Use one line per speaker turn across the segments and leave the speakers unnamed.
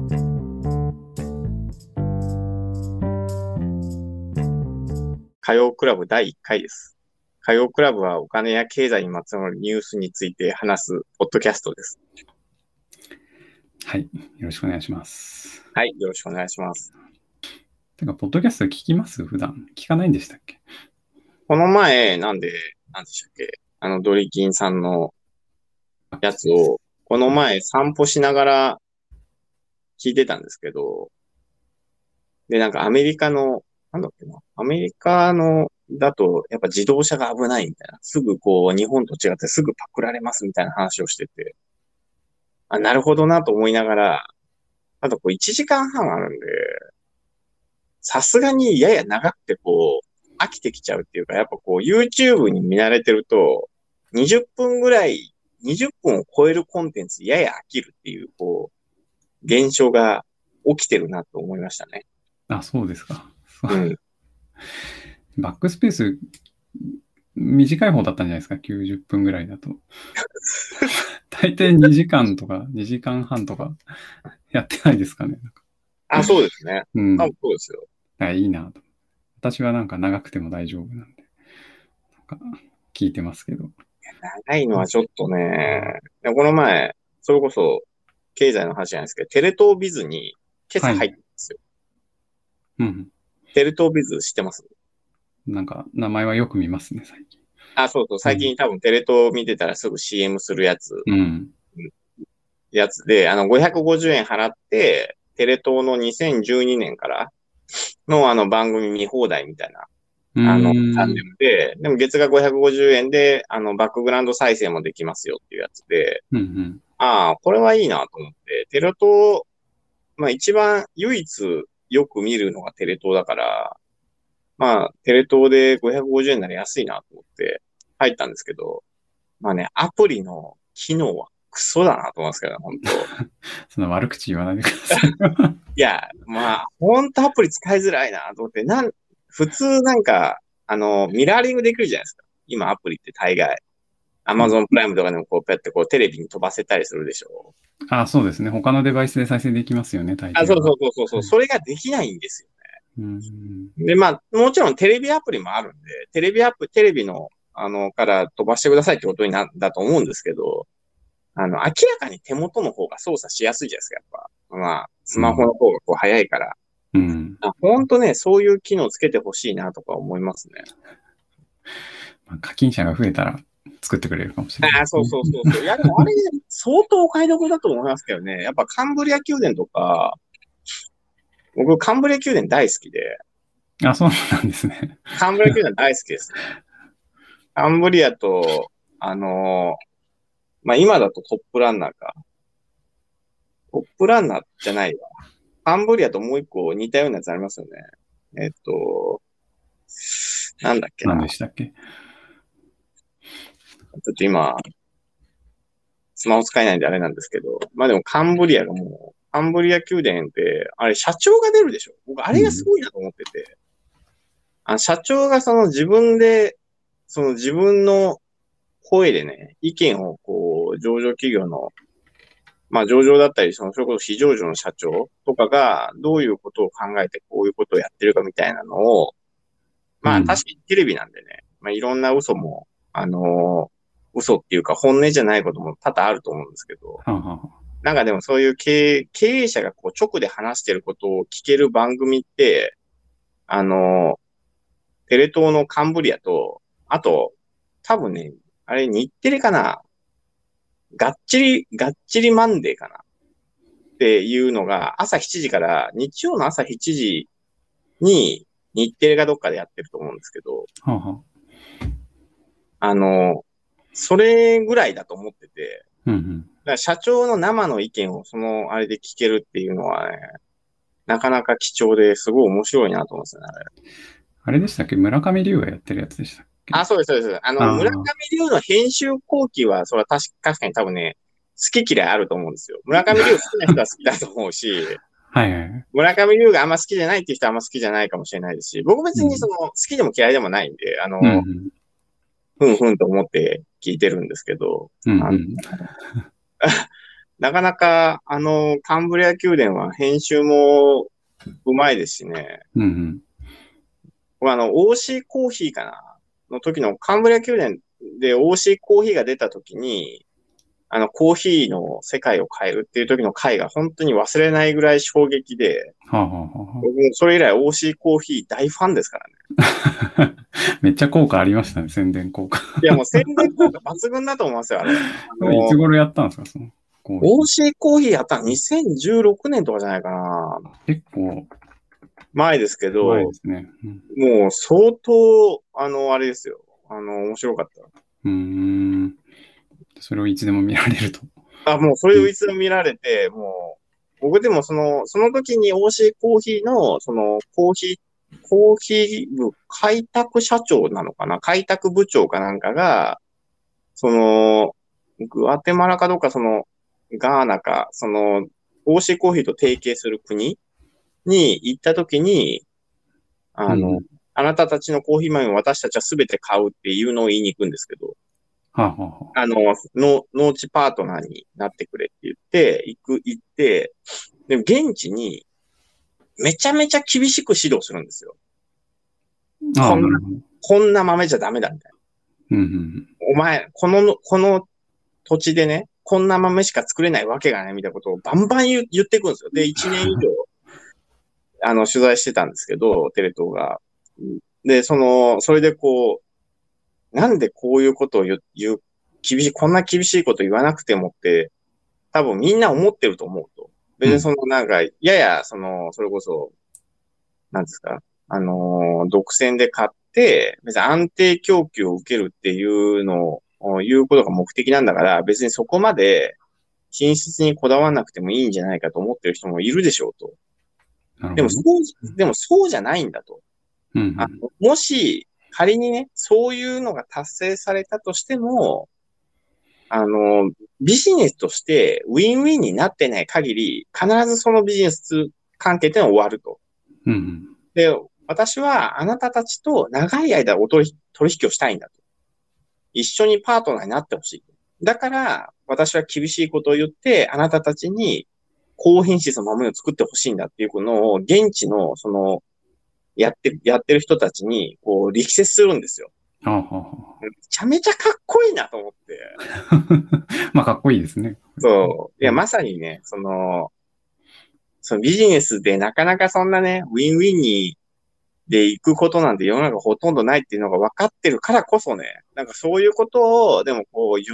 火曜クラブ第1回です。火曜クラブはお金や経済にまつわるニュースについて話すポッドキャストです。
はい。よろしくお願いします。
はい。よろしくお願いします。
てか、ポッドキャスト聞きます普段。聞かないんでしたっけ？
この前、なんでしたっけドリキンさんのやつを、この前散歩しながら聞いてたんですけど、で、なんかアメリカの、なんだっけな、アメリカのだと、やっぱ自動車が危ないみたいな、すぐこう、日本と違ってすぐパクられますみたいな話をしてて、あ、なるほどなと思いながら、あとこう1時間半あるんで、さすがにやや長くてこう、飽きてきちゃうっていうか、やっぱこう YouTube に見慣れてると、20分ぐらい、20分を超えるコンテンツやや飽きるっていう、こう、現象が起きてるなと思いましたね。
あ、そうですか。
うん。
バックスペース、短い方だったんじゃないですか。90分ぐらいだと。大体2時間とか2時間半とかやってないですかね。
あ、そうですね。あ、
うん。
そうですよ。
いいなと。私はなんか長くても大丈夫なんで、なんか聞いてますけど。
長いのはちょっとね、この前、それこそ経済の話じゃないですけど、テレ東ビズに今朝
はい。
入ったんですよ。
うん。
テレ東ビズ知ってます？
なんか名前はよく見ますね、最近。
あ、そうそう。
うん。
最近多分テレ東見てたらすぐ CM するやつ
うん。
で、550円払って、テレ東の2012年からの番組見放題みたいな、
うー
チャンネ
ん。
ルで、でも月額550円で、バックグラウンド再生もできますよっていうやつで、
うん。
ああ、これはいいなと思って、テレ東、まあ一番唯一よく見るのがテレ東だから、まあ、テレ東で550円なら安いなと思って入ったんですけど、まあね、アプリの機能はクソだなと思いますけどね、本当。
その悪口言わないでください。
いや、まあ、ほんとアプリ使いづらいなと思って、普通なんか、ミラーリングできるじゃないですか。今アプリって大概。アマゾンプライムとかでもこう、ペってこう、テレビに飛ばせたりするでしょ。
あ、そうですね。他のデバイスで再生できますよね、大
あ、
抵は。
そう。
はい。
それができないんですよ
うん。
ね。で、まあ、もちろんテレビアプリもあるんで、テレビの、から飛ばしてくださいってことだと思うんですけど、明らかに手元の方が操作しやすいじゃないですか、やっぱ。まあ、スマホ
うん。
の方がこう早いから。
うん。
本当ね、そういう機能つけてほしいなとか思いますね。
まあ、課金者が増えたら作ってくれるかもしれない
ああ、
ですね。
そう。いや、でもあれ、相当お買い得だと思いますけどね。やっぱカンブリア宮殿とか、僕カンブリア宮殿大好きで、
あ、そうなんですね。
カンブリア宮殿大好きですね。カンブリアと、まあ、今だとトップランナーか。トップランナーじゃないわ。カンブリアともう一個似たようなやつありますよね。なんだっけ
何
な。
でしたっけ？
ちょっと今、スマホ使えないんであれなんですけど、まあでもカンブリアがもう、カンブリア宮殿って、あれ社長が出るでしょ？僕あれがす
うん。
ごいなと思ってて、社長がその自分で、その自分の声でね、意見をこう、上場企業の、まあ上場だったり、それこそ非上場の社長とかが、どういうことを考えてこういうことをやってるかみたいなのを、まあ確
うん。
かにテレビなんでね、まあいろんな嘘も、嘘っていうか本音じゃないことも多々あると思うんですけど、
はあはあ。
なんかでもそういう経営者がこう直で話してることを聞ける番組って、あの、テレ東のカンブリアと、あと、多分ね、あれ日テレかな、がっちりマンデーかなっていうのが朝7時から、日曜の朝7時に日テレがどっかでやってると思うんですけど、
はあはあ。
あの、それぐらいだと思ってて、
うんうん。
だから社長の生の意見をそのあれで聞けるっていうのはね、なかなか貴重ですごい面白いなと思うんですよね、あれ。
あれでしたっけ？村上龍がやってるやつでしたっ
あ、
け？
そうです。村
あ
上龍の編集後期は、それは確かに多分ね、好き嫌いあると思うんですよ。村上龍好きな人は好きだと思うし、
あ。はいはいはい。
村上龍があんま好きじゃないっていう人はあんま好きじゃないかもしれないですし、僕別
うん。
にその好きでも嫌いでもないんで、
うん。
ふんふんと思って聞いてるんですけど、
うん。うん。
なかなか、カンブリア宮殿は編集もうまいですしね。
うんうん。
僕OC コーヒーかなの時のカンブリア宮殿で OC コーヒーが出た時に、コーヒーの世界を変えるっていう時の回が本当に忘れないぐらい衝撃で、
はあ、はあはあは
僕もそれ以来 OC コーヒー大ファンですからね。
あ、めっちゃ効果ありましたね、宣伝効果。
いやもう宣伝効果抜群だと思いますよ、あれ。
それいつ頃やったんですか、そのコーヒ
OC コーヒーやったの2016年とかじゃないかな。
ー。結構
前ですけど、
前ですね。うん、
もう相当、あれですよ。面白かった。
うーん。それをいつでも見られると。
あ、もうそれ
うん。
をいつでも見られて、もう、僕でもその時に OC コーヒーの、コーヒー部開拓社長なのかな開拓部長かなんかが、その、グアテマラかどうか、ガーナか、OC コーヒーと提携する国に行った時に、あの、
うん。
あなたたちのコーヒー豆を私たちは全て買うっていうのを言いに行くんですけど、
はあ、はあは
農地パートナーになってくれって言って、行って、でも現地にめちゃめちゃ厳しく指導するんですよ。
あ。ああ、
こんな、
なるほど。
こんな豆じゃダメだみたい
うんうん。
な。お前、この土地でね、こんな豆しか作れないわけがないみたいなことをバンバン言っていくんですよ。で、1年以上、取材してたんですけど、テレ東が。で、それでなんでこういうことをこんな厳しいこと言わなくてもって、多分みんな思ってると思うと。別に
うん。
なんか、やや、それこそ、なんですか、独占で買って、別に安定供給を受けるっていうのを、いうことが目的なんだから、別にそこまで品質にこだわらなくてもいいんじゃないかと思ってる人もいるでしょうと。でも、
なるほど。
でもそうじゃないんだと。
うんうん。
もし、仮にね、そういうのが達成されたとしても、あの、ビジネスとしてウィンウィンになってない限り、必ずそのビジネス関係っていうのは終わると。
うんうん。
で、私はあなたたちと長い間取引をしたいんだと。一緒にパートナーになってほしい。だから、私は厳しいことを言って、あなたたちに高品質の豆を作ってほしいんだっていうのを、現地の、やってる人たちに、力説するんですよ。
ああ、はあ、は
めちゃめちゃかっこいいなと思って。
あ。まあ、かっこいいですね。
そう。いや、
うん。
まさにね、そのビジネスでなかなかそんなね、ウィンウィンで行くことなんて世の中ほとんどないっていうのが分かってるからこそね、なんかそういうことをでも言って、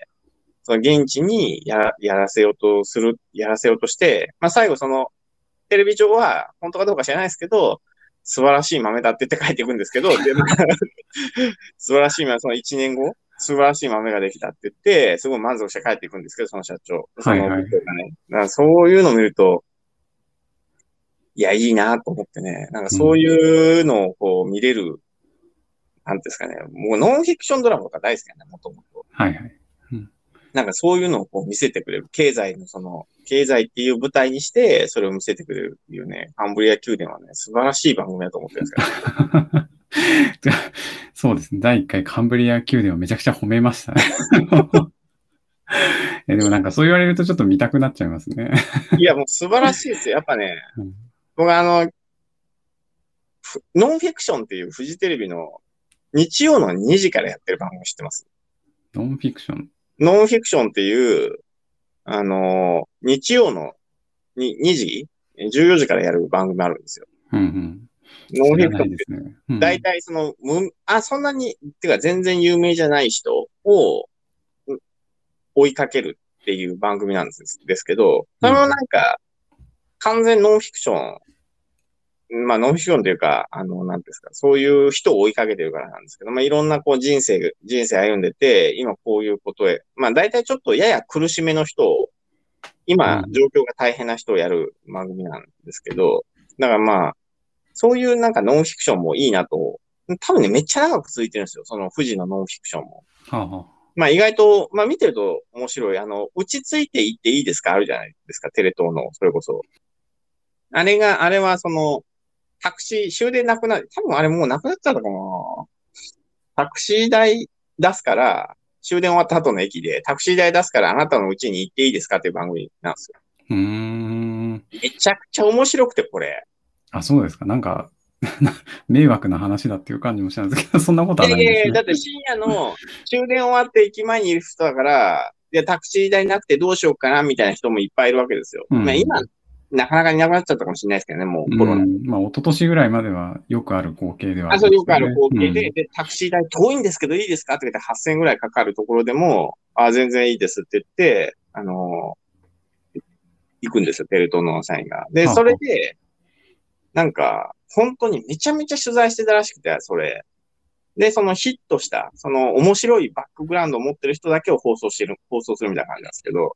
その現地にやらせようとして、まあ最後テレビ上は本当かどうか知らないですけど、素晴らしい豆だって言って帰っていくんですけど、で、素晴らしい豆、その1年後、素晴らしい豆ができたって言って、すごい満足して帰っていくんですけど、その社長。その部
はいはい。
長がね。だからそういうのを見ると、いや、いいなと思ってね。なんかそう
うん。
いうのを見れる、なんですかね。もうノンフィクションドラマとか大好きなんだよ、もともと。
はいはい。うん。
なんかそういうのを見せてくれる。経済っていう舞台にして、それを見せてくれるっていうね、カンブリア宮殿はね、素晴らしい番組だと思ってるんですからね。
そうですね。第1回カンブリア宮殿をめちゃくちゃ褒めましたね。でもなんかそう言われるとちょっと見たくなっちゃいますね。
いや、もう素晴らしいですよ。やっぱね、
うん。
僕ノンフィクションっていうフジテレビの日曜の2時からやってる番組知ってます？
ノンフィクション。
ノンフィクションっていう、日曜の2時 ?14 時からやる番組あるんですよ。
うんうん。
ノン
知ら
フィクションって、
ないですね。うん。
大体そんなに、てか全然有名じゃない人を追いかけるっていう番組なんですけど、それもな
うん。
んか、完全ノンフィクション、まあ、ノンフィクションというか、なんですか、そういう人を追いかけてるからなんですけど、まあ、いろんな人生歩んでて、今こういうことへ、まあ、大体ちょっとやや苦しめの人を、今、
うん。
状況が大変な人をやる番組なんですけど、だからまあ、そういうなんかノンフィクションもいいなと、多分ね、めっちゃ長く続いてるんですよ。その富士のノンフィクションも。
はあはあ。
まあ意外と、まあ見てると面白い。落ち着いていっていいですかあるじゃないですか、テレ東の、それこそ。あれはタクシー、終電なくなる。多分あれもうなくなっちゃったかな。タクシー代出すから、 終電終わった後の駅でタクシー代出すからあなたの家に行っていいですかっていう番組なんですよ。めちゃくちゃ面白くて、これ。
あ、そうですか。なんか、迷惑な話だっていう感じもしたんですけど、そんなことはないんですね。
だって深夜の終電終わって駅前にいる人だから、タクシー代なくてどうしようかなみたいな人もいっぱいいるわけですよ。まあ今、なかなかいなくなっちゃったかもしれないですけどね、もうコロナ。
まあ、一昨年ぐらいまではよくある光景ではあり
そう、
ます
よくある光景で、
ね。
タクシー代遠いんですけどいいですかって言って8000円ぐらいかかるところでも、全然いいですって言って、行くんですよ、テレ東の社員が。で、それで、なんか、本当にめちゃめちゃ取材してたらしくて、それ。で、そのヒットした、その面白いバックグラウンドを持ってる人だけを放送するみたいな感じなんですけど、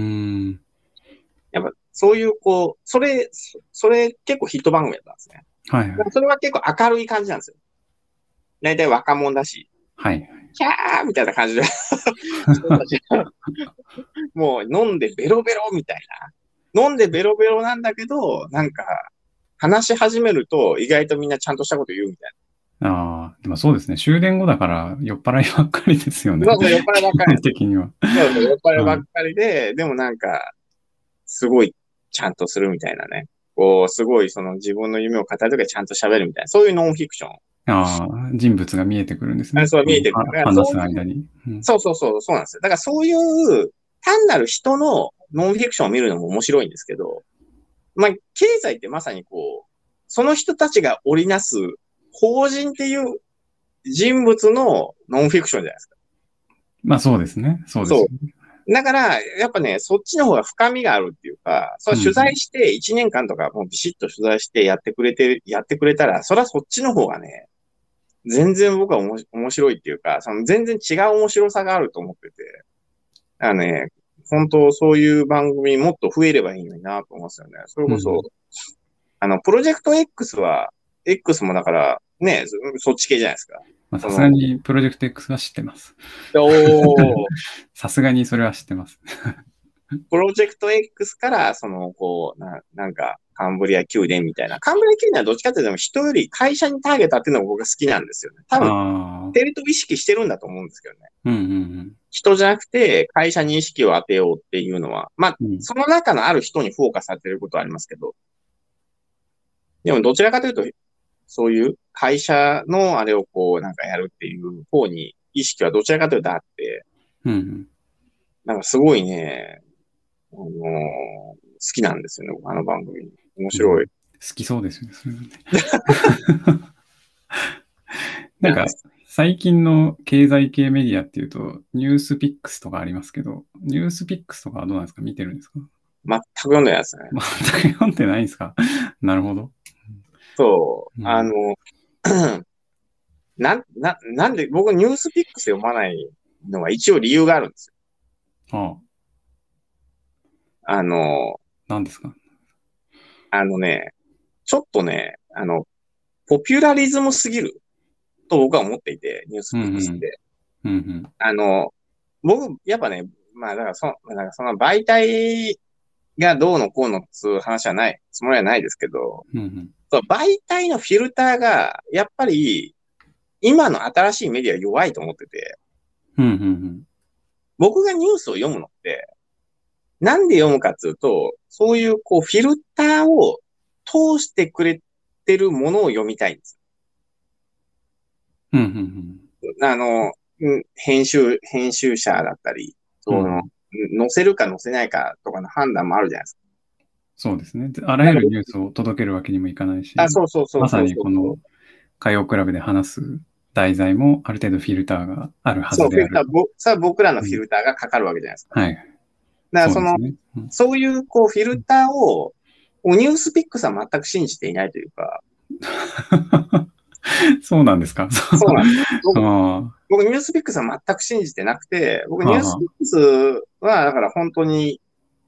やっぱそういうそれ結構ヒット番組だったんですね。
はいはい。
それは結構明るい感じなんですよ。大体若者だし、
はい。
キャーみたいな感じでもう飲んでベロベロみたいな。飲んでベロベロなんだけど、なんか、話し始めると意外とみんなちゃんとしたこと言うみたい
ああ、でもそうですね。終電後だから酔っ払いばっかりですよね。
な。そうそう、酔っ払いばっかり。
的には。
そうそう、酔っ払いばっかりで、でもなんか、すごいちゃんとするみたいなね。すごいその自分の夢を語るときはちゃんと喋るみたいな。そういうノンフィクション。
ああ、人物が見えてくるんですね。
そう見えてくる。
話す間に。
そうなんですよ。だからそういう単なる人のノンフィクションを見るのも面白いんですけど、まあ、経済ってまさにその人たちが織りなす法人っていう人物のノンフィクションじゃないですか。
まあそうですね。そうですね。
だから、やっぱね、そっちの方が深みがあるっていうか、それ取材して1年間とかもうビシッと取材してやってくれたら、それはそっちの方がね、全然僕は面白いっていうか、その全然違う面白さがあると思ってて、だからね、本当そういう番組もっと増えればいいのになと思いますよね。それこそ、プロジェクト X もだからね、そっち系じゃないですか。
さすがにプロジェクト X は知ってます。さすがにそれは知ってます。
プロジェクト X から、なんか、カンブリア宮殿みたいな。カンブリア宮殿はどっちかっていうと人より会社にターゲット当てるのが僕が好きなんですよね。多分、テレ東意識してるんだと思うんですけどね。人じゃなくて会社に意識を当てようっていうのは、まあ、その中のある人にフォーカスされてることはありますけど、でもどちらかというと、そういう会社のあれをなんかやるっていう方に意識はどちらかというとあって、なんかすごいね、好きなんですよね、あの番組。面白い。
好きそうですよね、それね。なんか、最近の経済系メディアっていうと、ニュースピックスとかありますけど、ニュースピックスとかはどうなんですか？見てるんですか？
全く読んでないですね。
全く読んでないんですか？なるほど。
そう。なんで、僕ニュースピックス読まないのは一応理由があるんですよ。
何ですか？
ちょっとね、ポピュラリズムすぎると僕は思っていて、ニュースピックスって。僕、やっぱね、まあ、だからなんかその媒体がどうのこうのつう話はない、つもりはないですけど、媒体のフィルターが、やっぱり、今の新しいメディア弱いと思ってて、僕がニュースを読むのって、なんで読むかっていうと、そういうフィルターを通してくれてるものを読みたいんです。編集者だったり、載せるか載せないかとかの判断もあるじゃないですか。
そうですね。あらゆるニュースを届けるわけにもいかないし、まさにこの火曜クラブで話す題材もある程度フィルターがあるはずである。
そう、僕らのフィルターがかかるわけじゃないですか。
はい。
だからそういうフィルターを、ニュースピックスは全く信じていないというか。
そうなんですか？
そうなんです。僕ニュースピックスは全く信じてなくて、僕ニュースピックスは、だから本当に、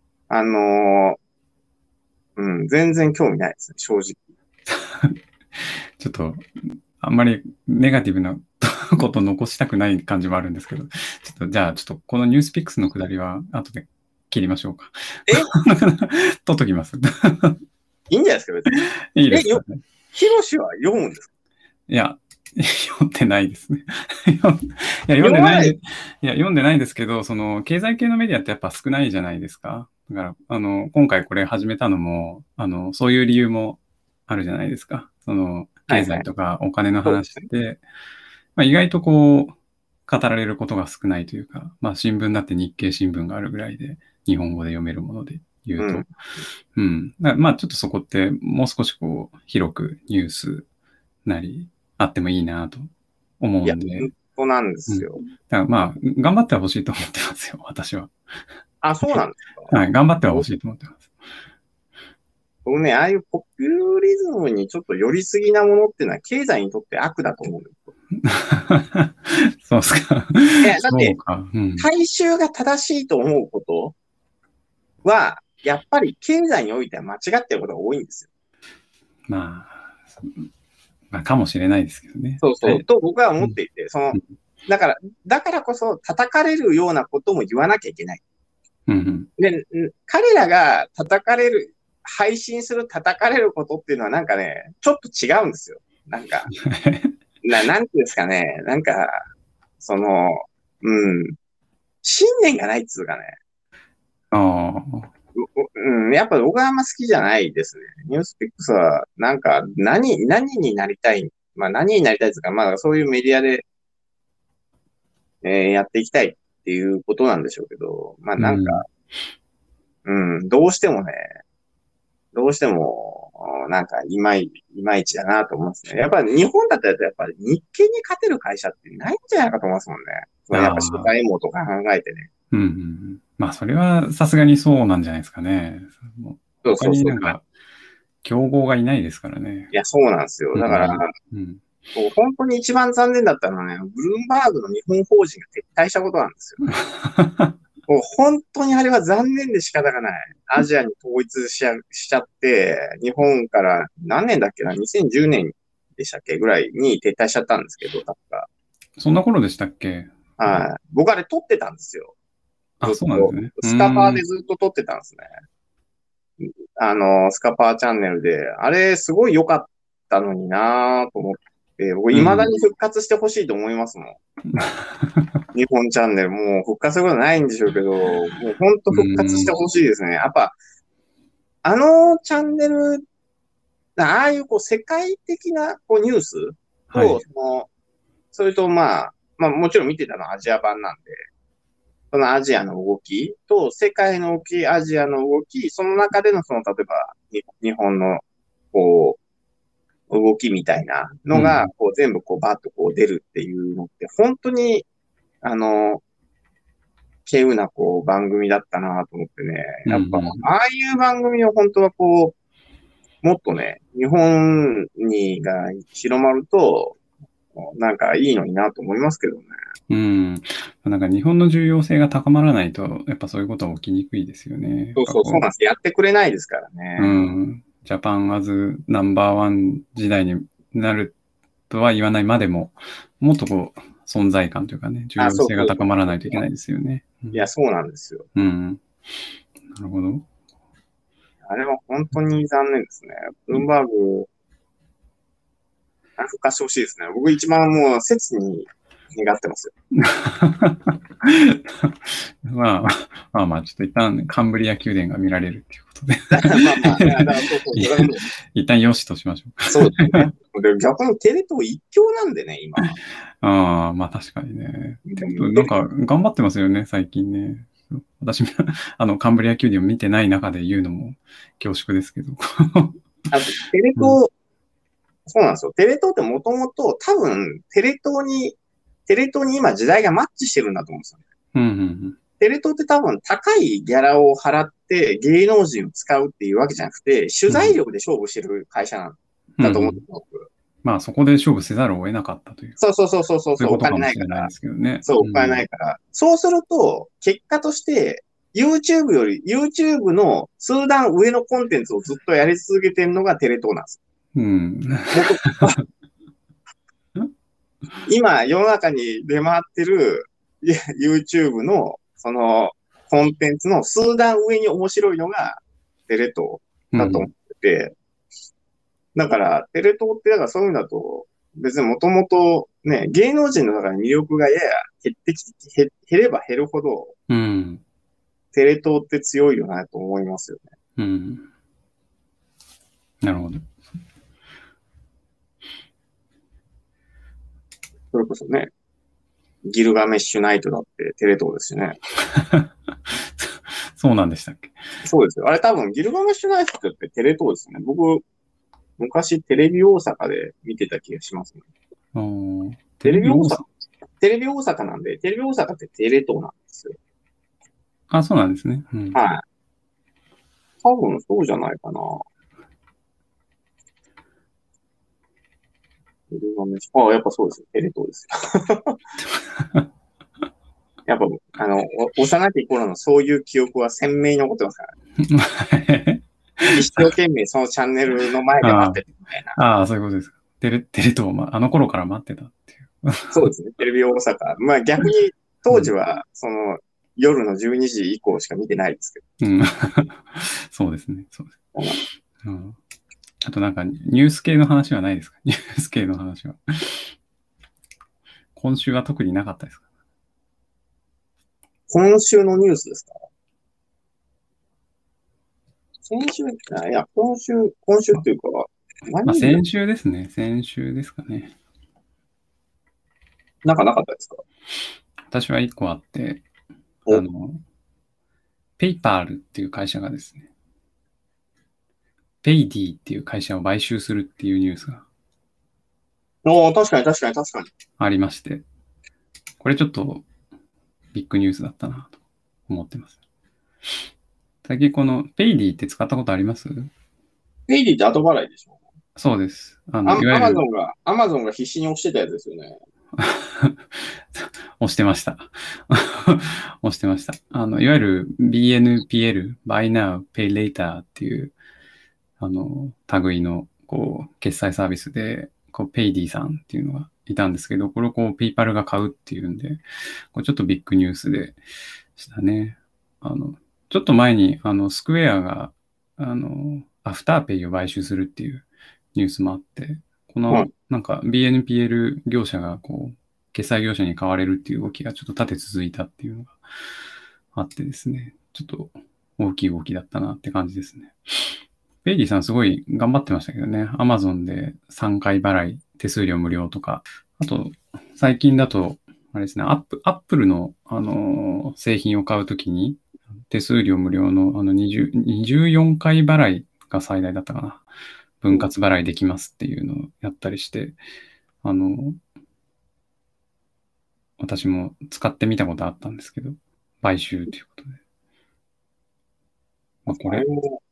全然興味ないですね、正直。
ちょっと、あんまりネガティブなこと残したくない感じもあるんですけど、じゃあこのニュースピックスのくだりは後で切りましょうか。取っときます。
いいんじゃないですか、別に。
いいですかね。
ヒロシは読むんですか？
いや、 読んでないですね。読んでない、読んでないですけど、その、経済系のメディアってやっぱ少ないじゃないですか。だから、今回これ始めたのも、そういう理由もあるじゃないですか。その、経
はいはい。
済とかお金の
そうですね。
話って、まあ、意外とこう、語られることが少ないというか、まあ、新聞だって日経新聞があるぐらいで、日本語で読めるもので言うと、
うん。
うん。まあ、ちょっとそこって、もう少しこう、広くニュースなり、あってもいいなと思
いや、本
うんで、
当なんで
うん。だ
すよ。
からまあ、頑張ってはほしいと思ってますよ、私は。
あ、そうなんですか。
はい、頑張ってはほしいと思ってます。
僕ね、ああいうポピュリズムにちょっと寄りすぎなものっていうのは経済にとって悪だと思うんですよ。
そうっすか。
いや、だって、
そうか。うん。
大衆が正しいと思うことは、やっぱり経済においては間違ってることが多いんですよ。
まあ、まあ、かもしれないですけどね。
そうそう。
はい。
と僕は
うん。
思っていて、
うん。
だから、だからこそ叩かれるようなことも言わなきゃいけない。
うん。
で、彼らが叩かれる、配信する叩かれることっていうのはなんかね、ちょっと違うんですよ。なんか、なんていうんですかね。なんか、その、うん、信念がないっつうかね。
ああ。
うん、やっぱ僕はあんま好きじゃないですね。ニュースピックスは、なんか、何になりたい。まあ何になりたいですか。まあそういうメディアで、やっていきたいっていうことなんでしょうけど、まあなんか、
うん。
うん、どうしてもね、どうしても、なんか、いまいちだなと思いますね。やっぱり日本だったらやっぱり日経に勝てる会社ってないんじゃないかと思いますもんね。そのやっぱ社
ああ。
会網とか考えてね。
うん。うん。まあ、それはさすがにそうなんじゃないですかね。もう他
そうそうそう。
になんか、競合がいないですからね。
いや、そうなんですよ。だから、
うん。うん。
こう本当に一番残念だったのはね、ブルームバーグの日本法人が撤退したことなんですよ。もう本当にあれは残念で仕方がない。アジアに統一しちゃって、日本から何年だっけな、2010年でしたっけぐらいに撤退しちゃったんですけど、確か。
そんな頃でしたっけ？
はい。僕あれ撮ってたんですよ。ず
あ、
っと。
そうなんですね。う
スカパー
ーん。
でずっと撮ってたんですね。スカパーチャンネルで。あれ、すごい良かったのになぁと思って、僕、未だ
うん。
に復活してほしいと思いますもん。日本チャンネル、もう復活することないんでしょうけど、もう本当
う
復活し
ーん。
てほしいですね。やっぱ、あのチャンネル、ああいうこう世界的なこうニュースと、
はい。
それとまあもちろん見てたのはアジア版なんで、そのアジアの動きと世界の動き、アジアの動き、その中でのその例えば日本のこう動きみたいなのが
うん。
こう全部こうバーッとこう出るっていうのって本当にあの、稀有なこう番組だったなと思ってね。
うん。
やっぱ、
うん。
ああいう番組を本当はこう、もっとね、日本にが広まると、なんかいいのになと思いますけどね。
うん。なんか日本の重要性が高まらないと、やっぱそういうことは起きにくいですよね。やっ
そうそう、そう
ぱこ
なんです。やってくれないですから
う、う
ね。
ん。ジャパンアズナンバーワン時代になるとは言わないまでも、もっとこう、存在感というかね、重
あ、
要性が
そうそうそう
高まらないといけ
そう。
ないですよね。う
いや、
ん。
そうなんですよ。
うん。なるほど。
あれは本当に残念ですね。ブルームバーグ、復活してほしいですね。僕一番もう切に願ってますよ。
まあ、ちょっと一旦カンブリア宮殿が見られるっていうことで
まあまあ、だからそうそうそう。だからもう、
一旦よしとしましょうか。
そうですね。で、逆にテレ東一強なんでね、今。
ああ、まあ確かにね。
うん、
なんか頑張ってますよね、最近ね。私、カンブリア宮殿を見てない中で言うのも恐縮ですけど。
あと、テレ
うん。
東、そうなんですよ。テレ東ってもともと多分、テレ東に今時代がマッチしてるんだと思うんですよね。
うん、うん、
テレ東って多分高いギャラを払って芸能人を使うっていうわけじゃなくて、取
うん、
材力で勝負してる会社なん
うん、うん。
だと思って僕。
まあそこで勝負せざるを得なかったという、
そうそうそうそうそうそう、お
そういうことか
金ないから。
もしれないですけどね。
そう、お金な
うん。
いから。そうすると、結果として、YouTube の数段上のコンテンツをずっとやり続けてるのがテレ東なんです。
うん。
元今、世の中に出回ってるYouTube の、その、コンテンツの数段上に面白いのがテレ東だと思っ
うん。
てて、だから、テレ東って、だからそういう意味だと、 別にもともとね、芸能人の中に魅力がやや減ってきて、減れば減るほど、
うん。
テレ東って強いよなと思いますよね。
うん。なるほど。
それこそね、ギルガメッシュナイトだってテレ東ですしね。
そうなんでしたっけ？
そうですよ。あれ多分ギルガメッシュナイトってテレ東ですね。僕、昔テレビ大阪で見てた気がしますね。
テレビ大阪。
テレビ大阪なんで、テレビ大阪ってテレ東なんですよ。
あ、そうなんですね。うん。
はい。多分そうじゃないかな。テレガメあ、やっぱそうですよ。テレ東ですよ。やっぱ、幼き頃のそういう記憶は鮮明に残ってますからね。一生懸命そのチャンネルの前で待っててみたいな。
ああ、そういうことですか。テレ東、あの頃から待ってたっていう。
そうですね。テレビ大阪。まあ逆に当時は、夜の12時以降しか見てないですけ
うん。そうですね。そうです。
ど。
うん。あとなんか、ニュース系の話はないですか？ニュース系の話は。今週は特になかったですか？
今週のニュースですか？先週、いや、今週っていうか、何曜日だ
先週ですね。先週ですかね。
なんかなかったですか？
私は一個あって、
お、
ペイパールっていう会社がですね、ペイディっていう会社を買収するっていうニュースが
確かに確かに確かに。
ありまして、これちょっとビッグニュースだったなと思ってます。最近このペイディって使ったことあります？
ペイディって後払いでしょ？
そうです。いわゆる
アマゾンが必死に押してたやつですよね。
押してました。押してました。いわゆる BNPL、Buy Now, Pay Later っていう、類の、決済サービスで、ペイディさんっていうのがいたんですけど、これをペイパルが買うっていうんで、ちょっとビッグニュースでしたね。ちょっと前に、スクエアが、アフターペイを買収するっていうニュースもあって、この、
はい。
なんか BNPL 業者が、決済業者に買われるっていう動きがちょっと立て続いたっていうのがあってですね、ちょっと大きい動きだったなって感じですね。ペイディさんすごい頑張ってましたけどね。アマゾンで3回払い、手数料無料とか。あと、最近だと、あれですね、アップルの、製品を買うときに、手数料無料の24回払いが最大だったかな。分割払いできますっていうのをやったりして、あの、私も使ってみたことあったんですけど、買収ということで。これ、
あれも、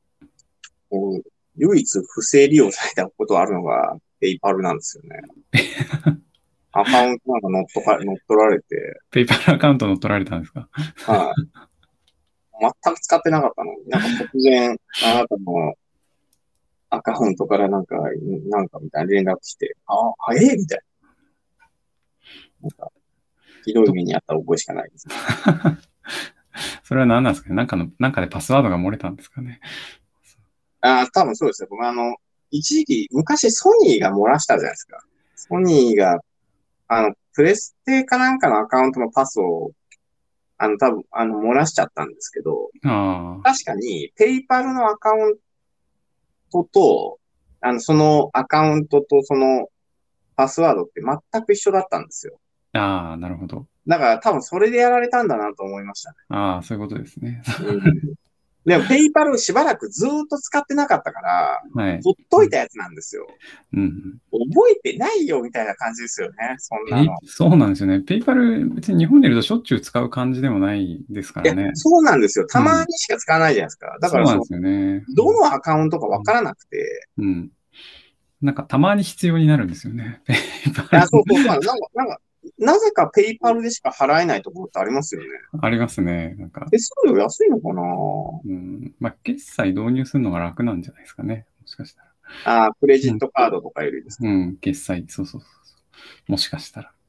唯一不正利用されたことあるのが、ペイパルなんですよね。アカウントなんか乗っ取られて、
ペイパルアカウント乗っ取られたんですか？
はい。全く使ってなかったのに、なんか突然、あなたのアカウントからなんかみたいな連絡して、みたいな。なんか、ひどい
ど
目にあった覚えしかないですね。
それは何なんですかね？なんかでパスワードが漏れたんですかね？
多分そうですよ。僕一時期、昔ソニーが漏らしたじゃないですか。ソニーが、プレステかなんかのアカウントのパスを、多分、漏らしちゃったんですけど、
あ
確かに、ペイパルのアカウントと、そのアカウントとそのパスワードって全く一緒だったんですよ。
なるほど。
だから多分それでやられたんだなと思いましたね。
ああ、そういうことですね。
うん。でも、ペイパルしばらくずーっと使ってなかったから、
はい。
ほっといたやつなんですよ。
うん。
覚えてないよみたいな感じですよね。そんなの。
そうなんですよね。ペイパル、別に日本でいるとしょっちゅう使う感じでもないですか
いや、
らね。
そうなんですよ。た
うん。
まにしか使わないじゃないですか。だから
そうなんですよね。
どのアカウントかわからなくて。
うん。なんかたまに必要になるんですよね。ペイパル。
そうそうそう。なぜかペイパルでしか払えないところってありますよね。
ありますね。なんか、
手数料安いのかな？
うん。決済導入するのが楽なんじゃないですかね。もしかしたら。
クレジ
うん。
ットカードとかよりですか？
うん。決済、そうそうそうそう。もしかしたら。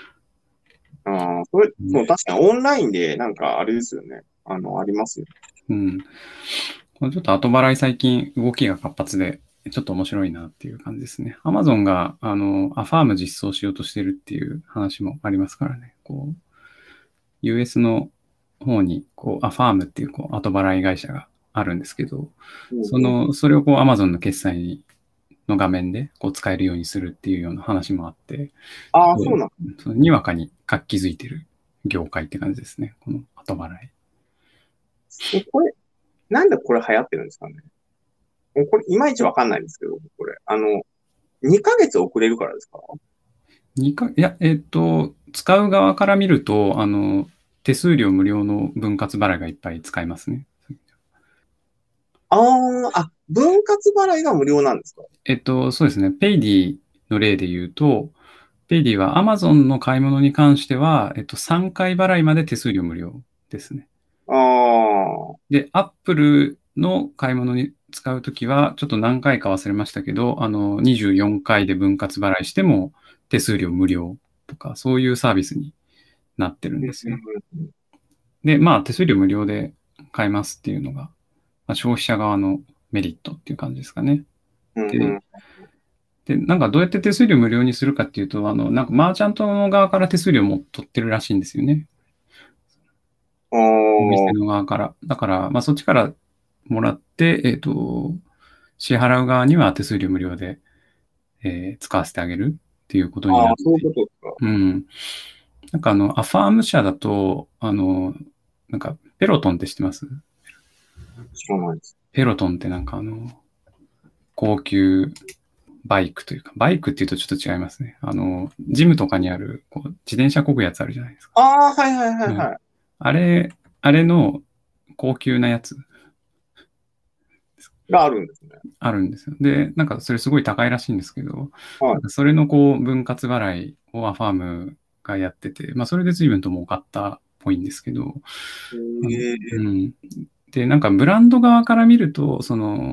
そう、確かにオンラインであれですよね。ありますよ。
うん。これちょっと後払い最近動きが活発で、 ちょっと面白いなっていう感じですね。アマゾンが、アファーム実装しようとしてるっていう話もありますからね。US の方に、アファームっていう、後払い会社があるんですけど、
うんうん。
それをアマゾンの決済の画面で使えるようにするっていうような話もあって、
ああ、そうなん。
そのにわかに活気づいてる業界って感じですね。この後払い。
これ、なんでこれ流行ってるんですかね。これ、いまいちわかんないんですけど、これ。2ヶ月遅れるからですか？
いや、使う側から見ると、手数料無料の分割払いがいっぱい使えますね。
分割払いが無料なんですか？
そうですね。ペイディの例で言うと、ペイディは Amazon の買い物に関しては、3回払いまで手数料無料ですね。
ああ、
で、Apple の買い物に使うときは、ちょっと何回か忘れましたけど、24回で分割払いしても手数料無料とか、そういうサービスになってるんですよ。で、まあ、手数料無料で買えますっていうのが、まあ、消費者側のメリットっていう感じですかね。で、
うんうん。
なんかどうやって手数料無料にするかっていうと、なんかマーチャントの側から手数料も取ってるらしいんですよね。
あ
お店
あ、
の側から。だから、まあそっちからもらって、支払う側には手数料無料で、使わせてあげるっていうことになって、
そういうことですか。
うん。なんかアファーム社だと、なんか、ペロトンって知ってます？
知らないです。
ペロトンってなんか高級バイクというか、バイクっていうとちょっと違いますね。ジムとかにある、自転車漕ぐやつあるじゃないですか。
はいはいはい
はい。
はい。
あれ、あれの高級なやつ
があるんですね。
あるんですよ。で、なんかそれすごい高いらしいんですけど、
はい。
なんかそれの分割払いをアファームがやってて、まあそれで随分と儲かったっぽいんですけど、う
ええ。
ん。で、なんかブランド側から見ると、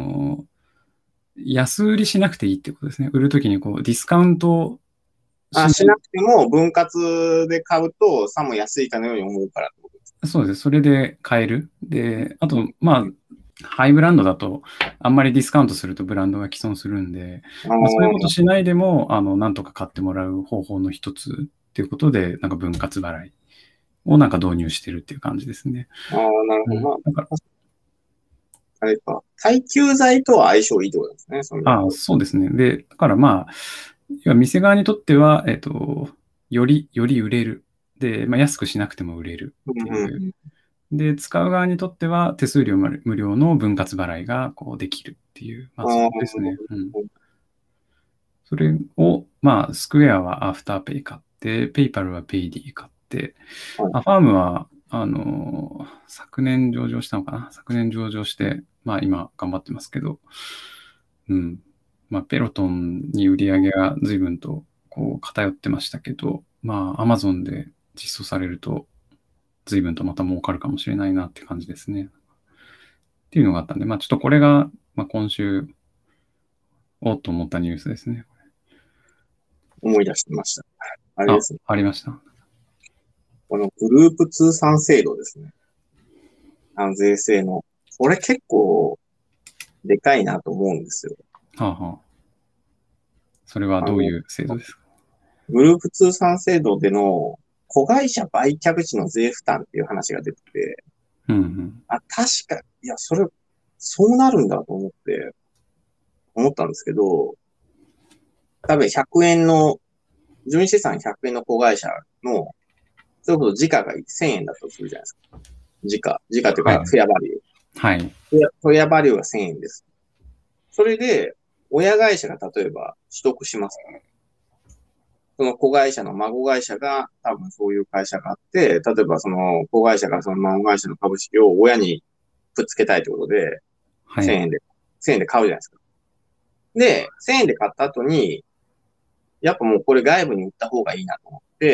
安売りしなくていいってことですね。売るときにディスカウントしない。
しなくても分割で買うとさも安いかのように思うからってことです
そうです。それで買える。で、あ
ね。
と、まあ、ハイブランドだと、あんまりディスカウントするとブランドが既存するんで、
あ
まあ、そういうこと
ー
しないでも、なんとか買ってもらう方法の一つっていうことで、なんか分割払いをなんか導入してるっていう感じですね。
なるほど。
うん。だから、
あれか。耐久財とは相性いいってことですね、それだと。
そうですね。で、だからまあ、要は店側にとっては、より売れる。で、まあ、安くしなくても売れる
うん
っていう。
うんうん。
で、使う側にとっては手数料無料の分割払いができるっていう、まあ、そこですね。うん。それを、まあ、スクエアはアフターペイ買って、ペイパルはペイディ買って、
はい。
アファームは、昨年上場したのかな。昨年上場して、まあ今頑張ってますけど、うん。まあ、ペロトンに売り上げが随分と偏ってましたけど、まあ、アマゾンで実装されると、随分とまた儲かるかもしれないなって感じですね。っていうのがあったんで、まあちょっとこれが、まあ今週、おっと思ったニュースですね。
思い出してました。あれですね。
ありました。
このグループ通算制度ですね。税制の。これ結構でかいなと思うんですよ。
はあはあ。それは
あの、
どういう制度ですか？
グループ通算制度での子会社売却時の税負担っていう話が出てて、
うんうん。
確か、いや、そうなるんだと思ったんですけど、多分100円の、純資産100円の子会社の、それこそ時価が1000円だとするじゃないですか。時価というか、
はい。
フェアバリュー。
はい。
フェアバリューが1000円です。それで、親会社が例えば取得します。その子会社の孫会社が多分そういう会社があって、例えばその子会社がその孫会社の株式を親にくっつけたいということで、1000
はい。
円で、1000円で買うじゃないですか。で、1000円で買った後に、やっぱもうこれ外部に売った方がいいなと思って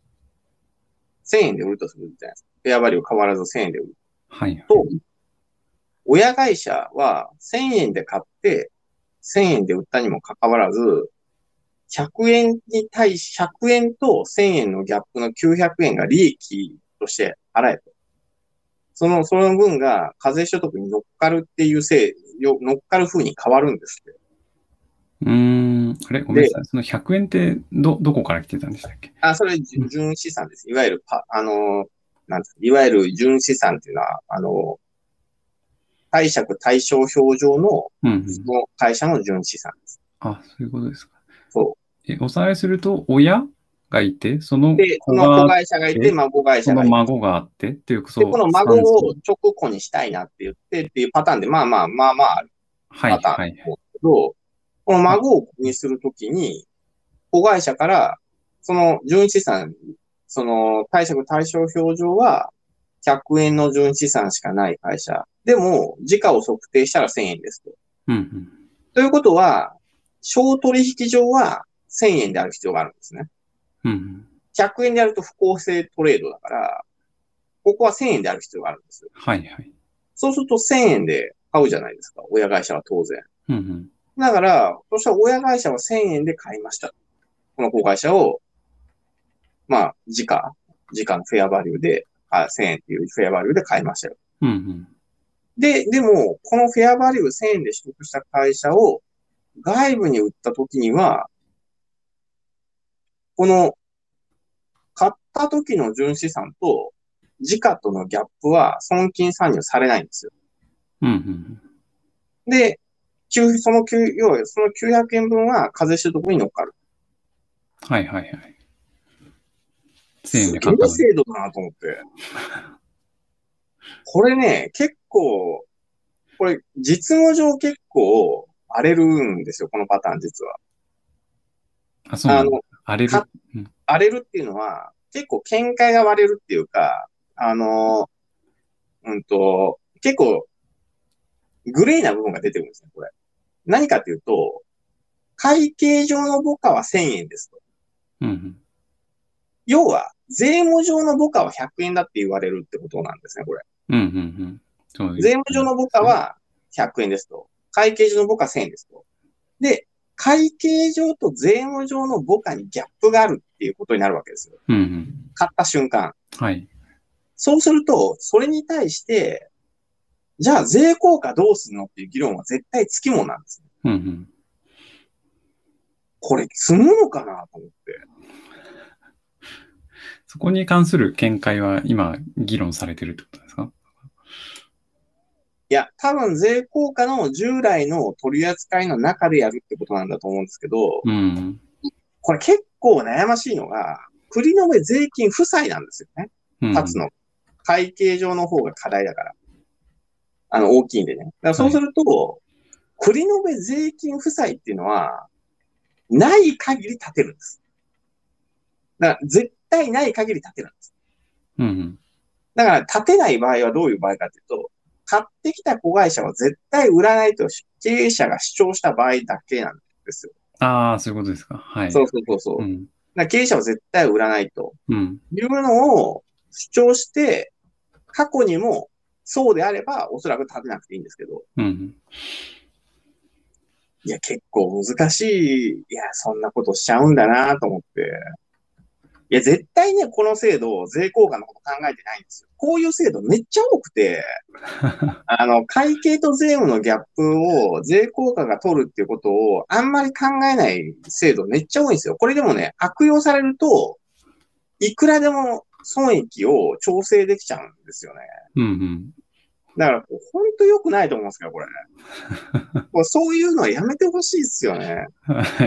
、1000円で売るとするじゃないですか。フェアバリュー変わらず1000円で売る
はい。
と、親会社は1000円で買って1000円で売ったにもかかわらず、100円に対し、100円と1000円のギャップの900円が利益として払えと。その分が課税所得に乗っかるっていう乗っかる風に変わるんですって。
あれ、ごめんな
で、
さい。その100円ってどこから来てたんでしたっけ？
それ、純資産です。いわゆるなんですか、いわゆる純資産っていうのは、貸借対照表上の、
うんう
そ
ん。
の会社の純資産です。
あ、そういうことですか。
そう。
おさらいすると、親がいて、その
で、その子
子があっ
会社がいて、
て、
孫会
その
社がいます。
孫があってっていう、
で、
そう、
この孫
3層。
を直子にしたいなって言ってっていうパターンで、まあある
はい
パターン
はいはい。
ですけど、この孫を子にするときに、子会社から、その純資産、その貸借対照表上は、100円の純資産しかない会社。でも、時価を測定したら1000円ですと。
うんうん。
ということは、小取引上は1000円である必要があるんですね。
うんうん。
100円であると不公正トレードだから、ここは1000円である必要があるんです。
はいはい。
そうすると1000円で買うじゃないですか。親会社は当然。
うんうん。
だから、そしたら親会社は1000円で買いました。この子会社を、時価のフェアバリューで、1000円っていうフェアバリューで買いましたよ。
うんうん。
でも、このフェアバリュー1000円で取得した会社を外部に売った時には、この買った時の純資産と時価とのギャップは損金算入されないんですよ。
うんうん。
で、要はその900円分は課税所得に乗っかる。
はいはいはい。1000円
すげえ
で買ったのに。
制度だなと思って。これね、これ実務上結構荒れるんですよ、このパターン実は。
あ、そうなんだ。
あの、
荒れる。
か
うん。
荒れるっていうのは、結構見解が割れるっていうか、結構グレーな部分が出てくるんですね、これ。何かっていうと、会計上の母価は1000円ですと。
うんうん。
要は、税務上の母価は100円だって言われるってことなんですね、これ。
うんうんうん。そういう
税務
こと
上の母
ですね。
価は100円ですと。会計上の母価1000円ですと。で、会計上と税務上の母価にギャップがあるっていうことになるわけですよ。
うんうん。
買った瞬間。
はい。
そうすると、それに対して、じゃあ税効果どうするのっていう議論は絶対つきものなんですね。
うんうん。
これ積むのかなと思って。
そこに関する見解は今議論されてるってことですか？
いや、多分税効果の従来の取り扱いの中でやるってことなんだと思うんですけど、
うん。
これ結構悩ましいのが、繰り延べ税金負債なんですよね。
うんうん。
立つの。会計上の方が課題だから。大きいんでね。だからそ
はい。
うすると、繰り延べ税金負債っていうのは、ない限り立てるんです。だから絶対ない限り立てるんです。
うんうん。
だから立てない場合はどういう場合かというと、買ってきた子会社は絶対売らないと経営者が主張した場合だけなんですよ。
ああ、そういうことですか。はい。
そうそうそうそう。
うん。
だから経営者は絶対売らないと
うん。
いうのを主張して、過去にもそうであればおそらく立てなくていいんですけど、
うん。
いや結構難しい、いやそんなことしちゃうんだなと思って。いや絶対ね、この制度、税効果のこと考えてないんですよ。こういう制度めっちゃ多くて、会計と税務のギャップを税効果が取るっていうことをあんまり考えない制度めっちゃ多いんですよ。これでもね、悪用されると、いくらでも損益を調整できちゃうんですよね。
うんうん。
だから、本当良くないと思うんですけど、これ。もうそういうのはやめてほしいですよね。
はい。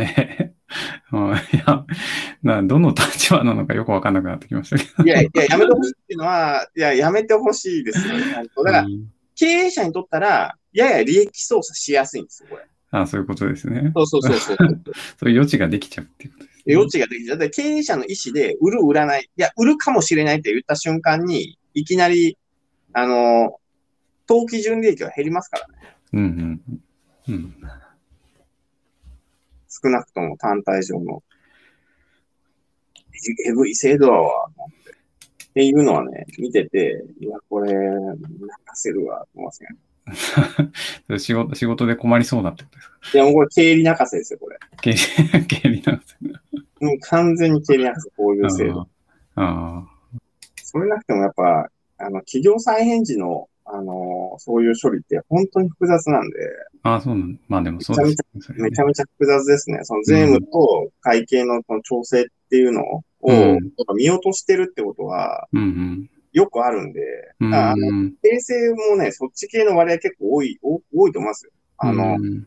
もういや、どの立場なのかよくわかんなくなってきましたけど。
やめてほしいっていうのは、やめてほしいですよ。本当。だから、
うん。
経営者にとったら、やや利益操作しやすいんですよ、これ。
あ、そういうことですね。
そうそうそうそうそう。
そういう余地ができちゃうっていうことですね。
余地ができちゃう。だって経営者の意思で、売る、売らない。いや、売るかもしれないって言った瞬間に、いきなり、あの、当期純利益は減りますからね。
うんうんうん。
少なくとも単体上の。えぐい制度だわ。っていうのはね、見てて、いや、これ、泣かせるわ、と思いますね。
仕事で困りそうだってことですか？
いや、もうこれ経理泣かせですよ、これ。
経理なんですね。
もう完全に経理泣かせ、こういう制度。
ああ、あ
それなくてもやっぱ、企業再編時のそういう処理って本当に複雑なんで、
ああ、そうなんまあでも
めちゃめちゃ、
そうですね、それね。
めちゃめちゃ複雑ですね。その税務
うん。
と会計のこの調整っていうのを、
うん。
やっぱ見落としてるってことは
うん。
よくあるんで、
う
あ
ん。
訂正もね、そっち系の割合結構多いと思いますよ。
うん。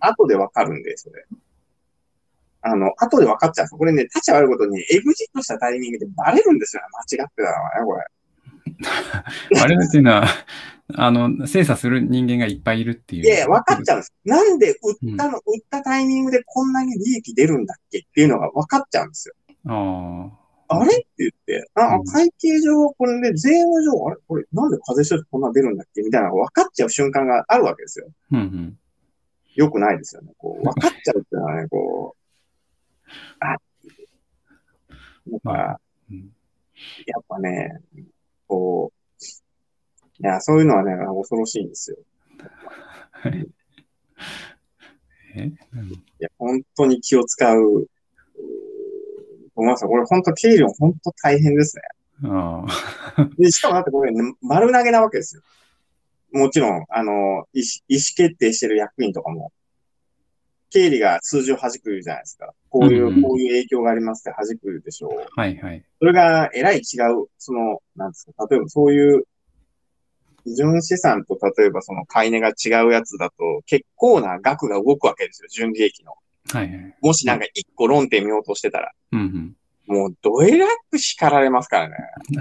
後でわかるんで、それ。後で分かっちゃう。これね、立ち悪いことに、エグジットしたタイミングでバレるんですよね。間違ってたのはね、これ。
あれっていうのは、精査する人間がいっぱいいるっていう。
いやいや、分かっちゃうんです。なんで
うん。
売ったタイミングでこんなに利益出るんだっけっていうのが分かっちゃうんですよ。
ああ。
あれって言って、
うん。
会計上、これで、税務上、あれこれ、なんで課税書ってこんな出るんだっけみたいなのが分かっちゃう瞬間があるわけですよ。
うん。
よくないですよね。こう、分かっちゃうっていうのはね、こう、やっ
まあ、
ぱ、
うん。
やっぱね、こいや、そういうのはね、恐ろしいんですよ。
はい。うん。
いや、本当に気を使う。ごめんなさい。これ本当経理も本当大変ですね。
ああ。
で、しかもだってこれ、ね、丸投げなわけですよ。もちろん、意思決定してる役員とかも、経理が数字を弾く言うじゃないですか。
うん。
こういう影響がありますって弾く言うでしょう。
はいはい。
それがえらい違う、なんですか、例えばそういう純資産と例えばその買い値が違うやつだと結構な額が動くわけですよ。純利益の。
はいはい。
もし
まあ、
なんか一個論点見落としてたら。
うん。
もうどえらく叱られますからね。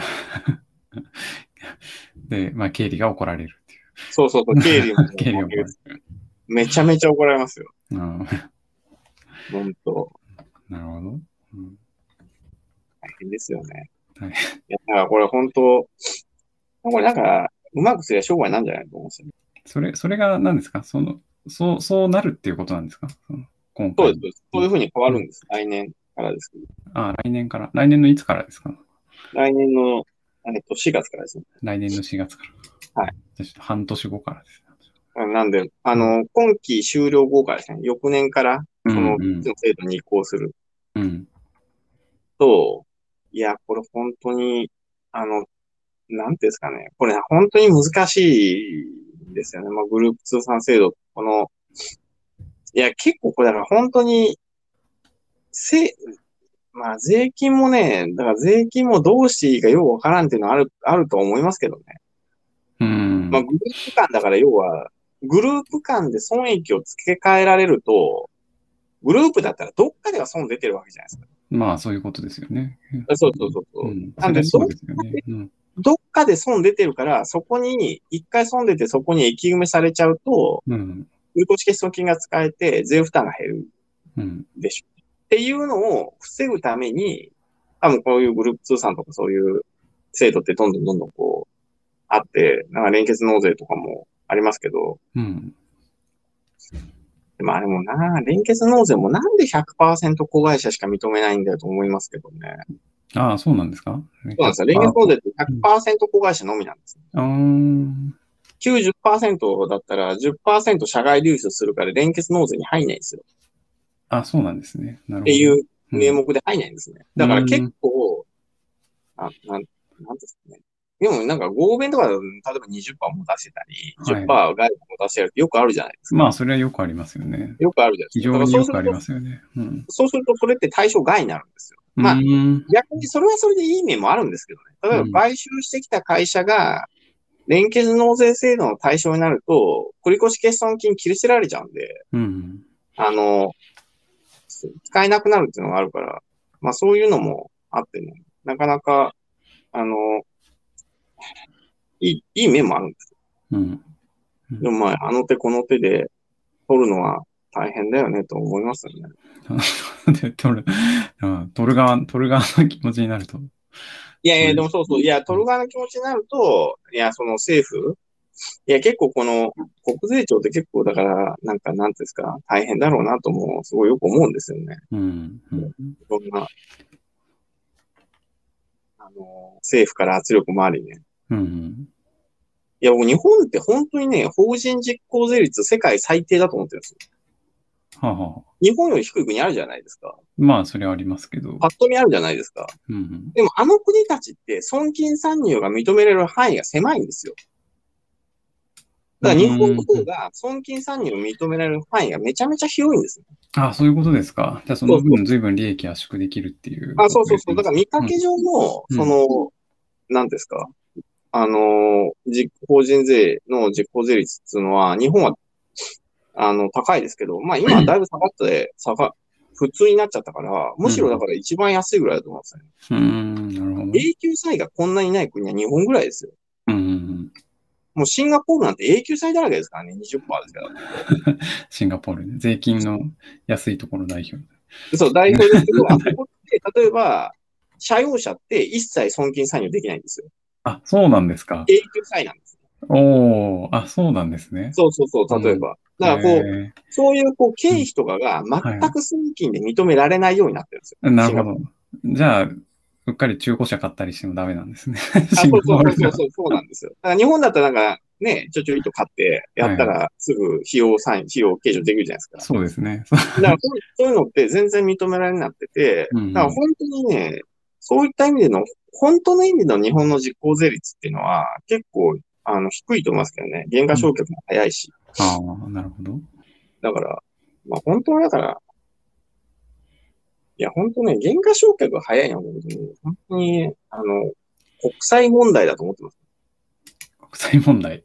で、まあ、経理が怒られるってい
そうそうそう、経理も
う。経理が怒られる。
めちゃめちゃ怒られますよ。
うん。
本当
なるほど。うん。
大変ですよね。
はい。
いや、だからこれ本当、これなんか、うまくすりゃ商売なんじゃないと思うんですよね。
それが何ですかそうなるっていうことなんですか今回の。
そうです。そういうふうに変わ
うん。
るんです。来年からですけど。
あ、来年から。来年のいつからですか？
来年の、4月からですね。
来年の4月から。
はい。
じゃあちょっと半年後からです
なんで、
ね。
今期終了後からですね、翌年から、
うん。
その、
うん。
の制度に移行する
うん。
と、いや、これ本当に、あの、なんていうんですかね。これ本当に難しいんですよね。まあ、グループ通算制度。いや、結構これだから本当に、せ、まあ、税金もね、だから税金もどうしていいかようわからんっていうのはあると思いますけどね。
う
まあ、
ん。
グループ間だから要は、グループ間で損益を付け替えられると、グループだったらどっかでは損出てるわけじゃないですか。
まあ、そういうことですよね。
そうそうそうそう。
うん。
なんで、
そりゃそうですよね。うん。
どっかで損出てるから、そこに、一回損出てそこに益埋めされちゃうと、
うん。
有効欠損金が使えて税負担が減る
うん。
でしょ。っていうのを防ぐために、多分こういうグループ通算とかそういう制度ってどんどんこう、あって、なんか連結納税とかもありますけど、
うん。
でもあれもな、連結納税もなんで100%子会社しか認めないんだよと思いますけどね。
ああ、そうなんですか？
そうなんですよ。連結
100%
納税って
うん。
100%子会社のみなんです。
あー
90%だったら10%社外流出するから連結納税に入んないんですよ。
あ、そうなんですね。なるほど。
っていう
うん。
名目で入んないんですね。
う
だから結
ん。
構、なんですかね。でもなんか合弁とかだと、例えば20%も出してたり、
はい。
10%外部も出してるってよくあるじゃないですか。
まあ、それはよくありますよね。
よくあるじゃないです
非
か。だから
常によくありますよね。うん。
それって対象外になるんですよ。
う
まあ、
ん。
逆にそれはそれでいい面もあるんですけどね。例えば
うん。
買収してきた会社が、連結納税制度の対象になると、繰越欠損金切り捨てられちゃうんで、
うん。
あの、使えなくなるっていうのがあるから、まあそういうのもあってね、なかなか、あの、いい面もあるんです
うん。う
よ。で
ん。
もまあ、あの手この手で取るのは大変だよねと思いますよね。
で、取る側の気持ちになると、
いやいや、
そういう、
でもそうそう、いや、取る側の気持ちになると、いや、その政府、いや、結構この国税庁って結構だから、なんか、なんていうんですか、大変だろうなとも、すごいよく思うんですよね。
うん。う
い
ん。
ろんな、政府から圧力もありね。
うん。
いや、僕日本って本当にね、法人実効税率世界最低だと思ってるんですよ。
はあはあ。
日本より低い国あるじゃないですか。
まあ、それはありますけど。
パッと見あるじゃないですか。
うん。
でもあの国たちって損金参入が認められる範囲が狭いんですよ。 だから日本の方が損金参入を認められる範囲がめちゃめちゃ広いんですね。
あ、そういうことですか。じゃあその分随分利益圧縮できるっていう。
そうそうそう。だから見かけ上の、何ですか。法人税の実効税率っていうのは、日本は、高いですけど、まあ今はだいぶ下がって、普通になっちゃったから、むしろだから一番安いぐらいだと思いますね。
なるほど。
永久債がこんなにない国は日本ぐらいですよ。もうシンガポールなんて永久債だらけですからね、20%ですから。
シンガポールね。税金の安いところ代表。
そう、代表ですけど、あそこって例えば、社用車って一切損金参入できないんですよ。
あ、そうなんですか。
永久債なんです。
そうなんですね。
そうそうそう、例えば。だからそういう経費とかが全く損金で認められないようになってるんですよ。
なるほど。じゃあ、うっかり中古車買ったりしてもダメなんですね。
そうなんですよ。だから日本だったらなんかね、ちょいと買ってやったらすぐ費用計上できるじゃないですか。
そうですね。
だからそういうのって全然認められなってて、だから本当にね、そういった意味での、本当の意味の日本の実効税率っていうのは結構低いと思いますけどね。減価償却も早いし。
なるほど。
だから、まあ本当はだから、いや本当ね、減価償却が早いのは本当に、国際問題だと思ってます。
国際問題。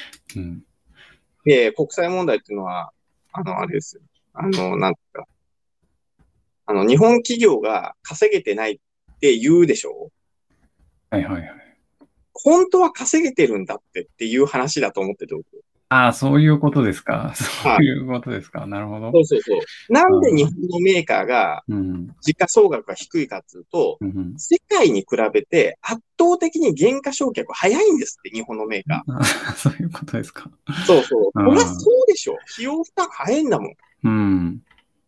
国際問題っていうのは、あれですよ。なんか、日本企業が稼げてないって言うでしょ？
はいはいはい。
本当は稼げてるんだっていう話だと思ってて、僕。
そういうことですか。そういうことですか。なるほど。
そう。なんで日本のメーカーが、時価総額が低いかっていうと、世界に比べて圧倒的に減価償却早いんですって、日本のメーカ
ー。そういうことですか。
そう。これはそうでしょ。費用負担早いんだもん。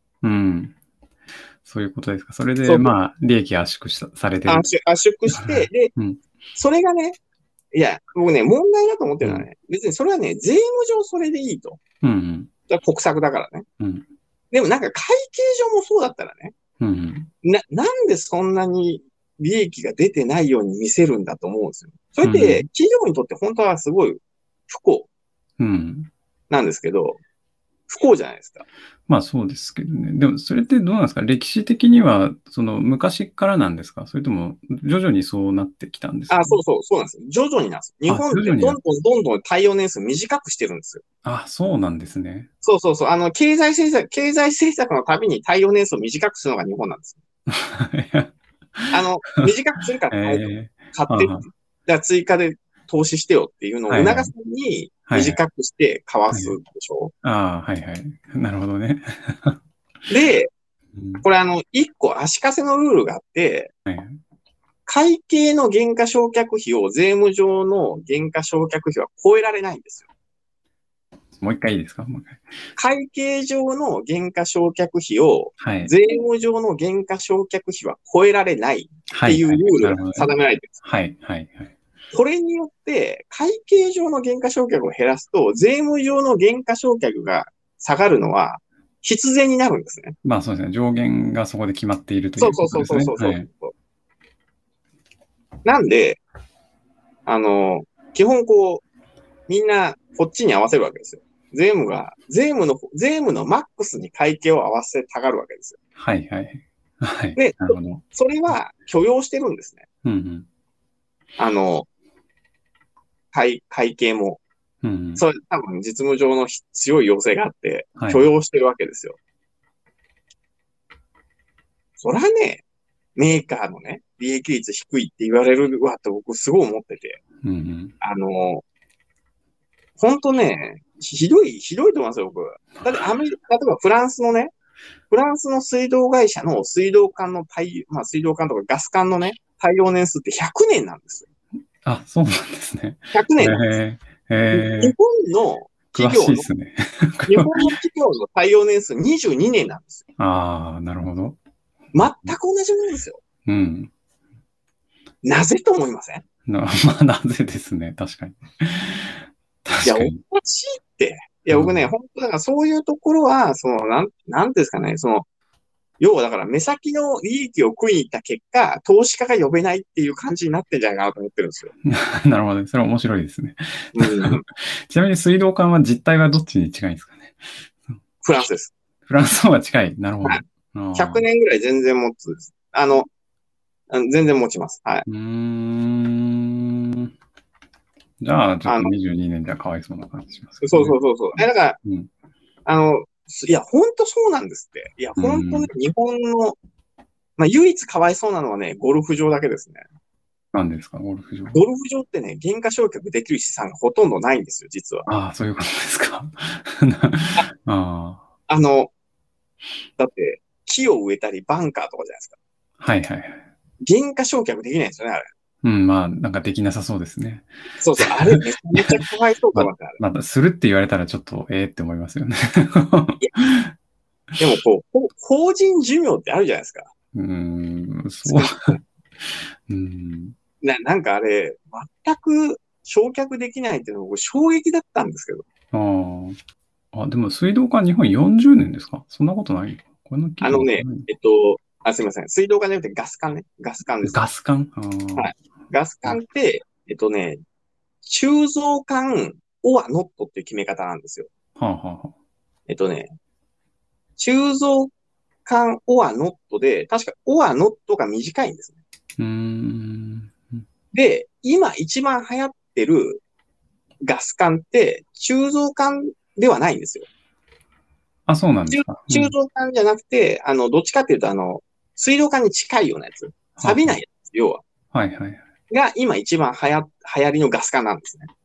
そういうことですか。それで、まあ、利益圧縮されてる。
圧縮して、で、それがね、いや、僕ね、問題だと思ってるのはね、別にそれはね、税務上それでいいと。国策だからね。でもなんか会計上もそうだったらね、なんでそんなに利益が出てないように見せるんだと思うんですよ。それって企業にとって本当はすごい不幸なんですけど、不幸じゃないですか。
まあそうですけどね。でもそれってどうなんですか？歴史的にはその昔からなんですか？それとも徐々にそうなってきたんですか？
そうなんですよ。徐々になんです。日本ってどんどん耐用年数短くしてるんですよ。
そうなんですね。
そう。経済政策のたびに耐用年数を短くするのが日本なんですよ。短くするから買ってって。だから追加で投資してよっていうのを促すに短くして買わすでしょ。
なるほどね。
で、これ一個足かせのルールがあって、会計の減価償却費を税務上の減価償却費は超えられないんですよ。
もう一回いいですか？もう一
回。会計上の減価償却費を、税務上の減価償却費は超えられないっていうルールが定められてるんです。これによって、会計上の減価償却を減らすと、税務上の減価償却が下がるのは必然になるんですね。
まあそうですね。上限がそこで決まっているということですね。
そう。なんで、基本みんなこっちに合わせるわけですよ。税務のマックスに会計を合わせたがるわけですよ。で、それは許容してるんですね。会計も。それ多分実務上の強い要請があって、許容してるわけですよ。そらね、メーカーのね、利益率低いって言われるわって僕すごい思ってて。本当ね、ひどいと思いますよ、僕。だって例えばフランスの水道会社の水道管水道管とかガス管のね、耐用年数って100年なんですよ。
そうなんですね。
100年なんです。日本の企業の耐用年数22年なんですよ。
なるほど。
全く同じものですよ。なぜと思いません？
なぜですね。確かに。
いや、おかしいって。いや、僕ね、本当だからそういうところは、なんですかね、 要はだから目先の利益を食いに行った結果、投資家が呼べないっていう感じになってんじゃないかなと思ってるんですよ。
なるほど。それは面白いですね。
うん。
ちなみに水道管は実態はどっちに近いんですかね。
フランスです。
フランスの方が近い。なるほど。
はい。100
ああ。
年ぐらい全然持つです。全然持ちます。はい。
うーん。じゃあ、ちょっと
あの、
22年ではかわいそうな感じしますけど
そうそ
ね。
うそうそう。だから、
うん。
いや、本当そうなんですって。いや、
う
本当ね、
ん。
日本の、まあ、唯一かわいそうなのはね、ゴルフ場だけですね。
なんですか、ゴルフ場。
ゴルフ場ってね、減価償却できる資産がほとんどないんですよ、実は。
ああ、そういうことですか。ああ。
あの、だって、木を植えたりバンカーとかじゃないですか。
はいはいはい。
減価償却できないんですよね、あれ。
うん、まあ、なんかできなさそうですね。
そうそう、あれめちゃめちゃかわいそうと思って、あれ。
また、するって言われたらちょっと、って思いますよね。
いや、でもこう、法人寿命ってあるじゃないですか。
うーん、そう。
少なくとも。
うん。
なんかあれ、全く償却できないっていうのが僕衝撃だったんですけど。
でも水道管日本40年ですか？そんなことないのか。この記事にないの？
すみません。水道管じゃなくてガス管ね。ガス管です。
ガス管。
はい。ガス管って、鋳造管オアノットっていう決め方なんですよ。
はあ、はあはあ、
えっとね、鋳造管オアノットで、確かオアノットが短いんですね。
うーん。
で、今一番流行ってるガス管って鋳造管ではないんですよ。
あ、そうなんですか。う
鋳
ん。
造管じゃなくて、どっちかっていうと、水道管に近いようなやつ。
はあ、
錆びないやつ、要は。
はいはいはい。
が、今一番流行りのガス管なんですね。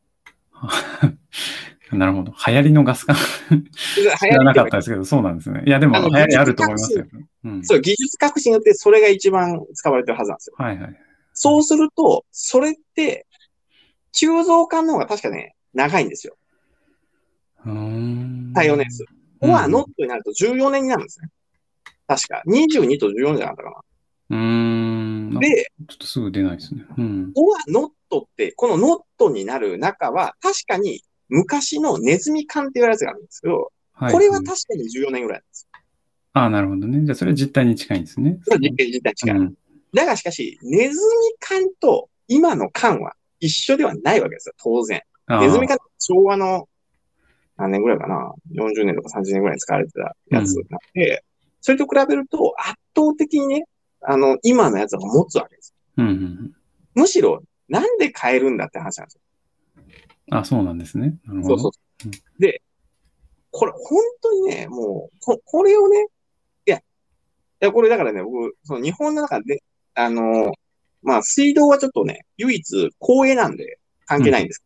なるほど。流行りのガス管。
流
知らな
行りっていうか、
かったですけど、そうなんですね。いや、でも流
技
行りあると思
術革新、
いますよ。うん。
そう、技術革新によってそれが一番使われてるはずなんですよ。
はいはい。
そうすると、それって、鋳造管の方が確かね、長いんですよ。
うーん。
耐用年数。
うん。
オアノットになると14年になるんですね。確か。22と14じゃなかったかな。
うーん。なんか、
で、
ちょっとすぐ出ないですね。うん。
オアノットって、このノットになる中は、確かに昔のネズミ管って言われるやつがあるんですけど、
はいはい。
これは確かに14年ぐらいなんです。
ああ、なるほどね。じゃあ、それは実態に近いんですね。
それは実態近い。
うん。
だがしかし、ネズミ管と今の管は一緒ではないわけですよ、当然。ネズミ
ああ、
管って昭和の何年ぐらいかな？ 40 年とか30年ぐらいに使われてたやつ
うん。
なんで、それと比べると圧倒的にね、今のやつが持つわけです。
うん。うん。
むしろ、なんで変えるんだって話なんですよ。
あ、そうなんですね。なるほど。
そうそう。で、これ本当にね、もう、これをね、いや、いや、これだからね、僕、その日本の中で、まあ、水道はちょっとね、唯一公営なんで関
うん。
係ないんです。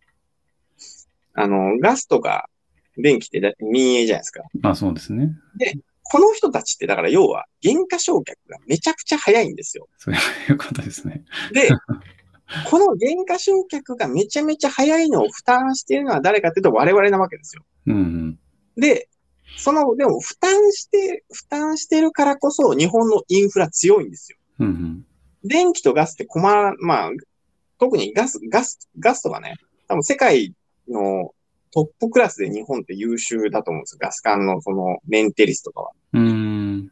ガスとか電気って民営じゃないですか。
まあ、そうですね。
で、この人たちってだから要は減価償却がめちゃくちゃ早いんですよ。
そういうことですね。
で、この減価償却がめちゃめちゃ早いのを負担しているのは誰かっていうと我々なわけですよ。
うん。
で、でも負担してるからこそ日本のインフラ強いんですよ。
うん。うん。
電気とガスってまあ、特にガスとかね、多分世界のトップクラスで日本って優秀だと思うんですよ。ガス管のそのメンテリスとかは。
うん。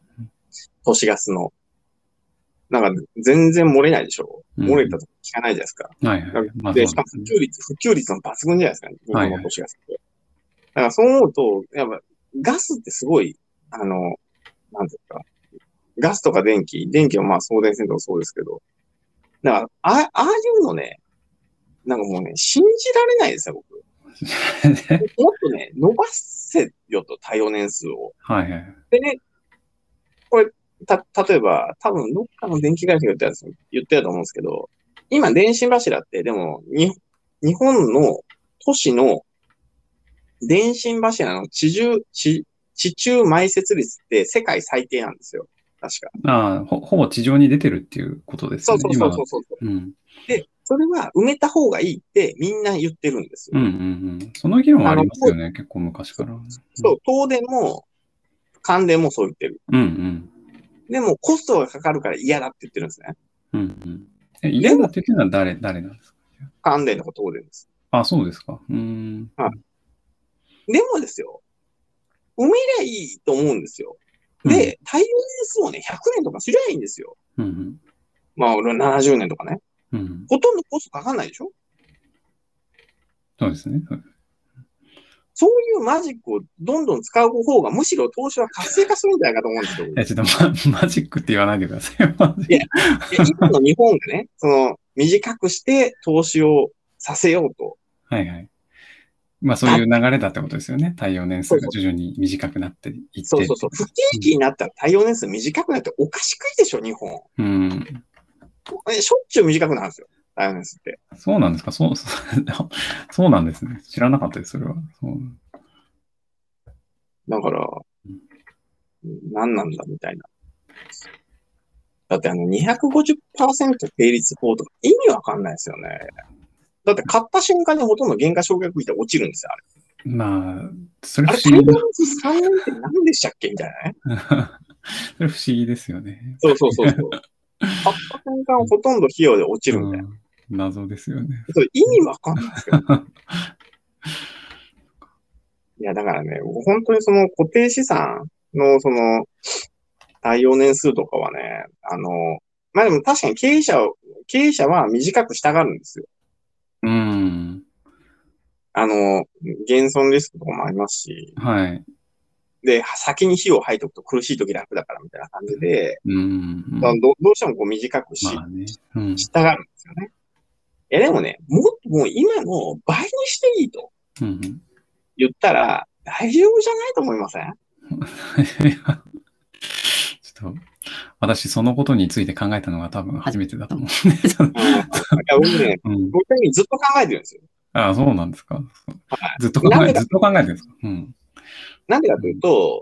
都市ガスの。なんか全然漏れないでしょ。
うん。
漏れたと聞かないじゃないですか。
はいはい。まあ、
で、
そう
しかも
ですね。
普及率の抜群じゃないですか。日本の
はいはい。
都市ガスって。だからそう思うと、やっぱガスってすごい、なんていうか、ガスとか電気はまあ送電線とかそうですけど、だからああいうのね、なんかもうね、信じられないですよ、僕。もっとね、伸ばせよと、対応年数を。
はいはい。
でね、これ、例えば、多分、どっかの電気会社が言ってたと思うんですけど、今、電信柱って、でも、日本の都市の電信柱の地中埋設率って世界最低なんですよ。確か。
ほぼ地上に出てるっていうことですよね、
そうそうそ
今の。
うそうそう。
うん。
で、それは埋めた方がいいってみんな言ってるんですよ。
うんうんうん。その議論はあります
と
よね、結構昔から。うん。
そう、東電も関電もそう言ってる。
うんうん。
でも、コストがかかるから嫌だって言ってるんですね。
うんうん。
でも、
嫌だって言ってるのは誰なんですか？
関電とか東電です。
あ、そうですか。うん。
はい。でもですよ、埋めりゃいいと思うんですよ。 で、耐用年数をね、100年とかすりゃいいんですよ。
うん。
まあ、俺70年とかね。
うん。
ほとんどコストかかんないでしょ。
そうですね。
そういうマジックをどんどん使う方がむしろ投資は活性化するんじゃないかと思うんですよ。
ちょっとマジックって言わないでください。
いや、今の日本がね、短くして投資をさせようと。
はいはい。まあそういう流れだってことですよね。耐用年数が徐々に短くなっていって。
そう。不景気になったら耐用年数短くなっておかしくいいでしょ、日本。
うん。
しょっちゅう短くなるんですよ、耐用年数って。
そうなんですか。そうなんですね。知らなかったです、それは。
だから、何なんだみたいな。だって250%定率法とか意味わかんないですよね。だって買った瞬間にほとんど原価償却率落ちるんですよ、あれ。
まあ、それ
あれ、
不思議な。
耐用年数3年って何でしたっけみたいなね。
それ不思議ですよね。
そう。買った瞬間ほとんど費用で落ちるみたいな。
謎ですよね。
それ意味わかんないですよ。いや、だからね、本当に固定資産の耐用年数とかはね、まあでも確かに経営者は短くしたがるんですよ。
うん。
減損リスクとかもありますし、
はい。
で、先に火を吐いておくと苦しい時楽だからみたいな感じで、
うん。
どうしても短く
まあね。
したがるんですよね。いやでもね、もう今の倍にしていいと言ったら大丈夫じゃないと思いません？
ちょっと、私、そのことについて考えたのが多分初めてだと思うんで。
僕ね、僕にずっと考えてるんですよ。
ああ、そうなんですか。ずっと考えてるんですか。
なんでかというと、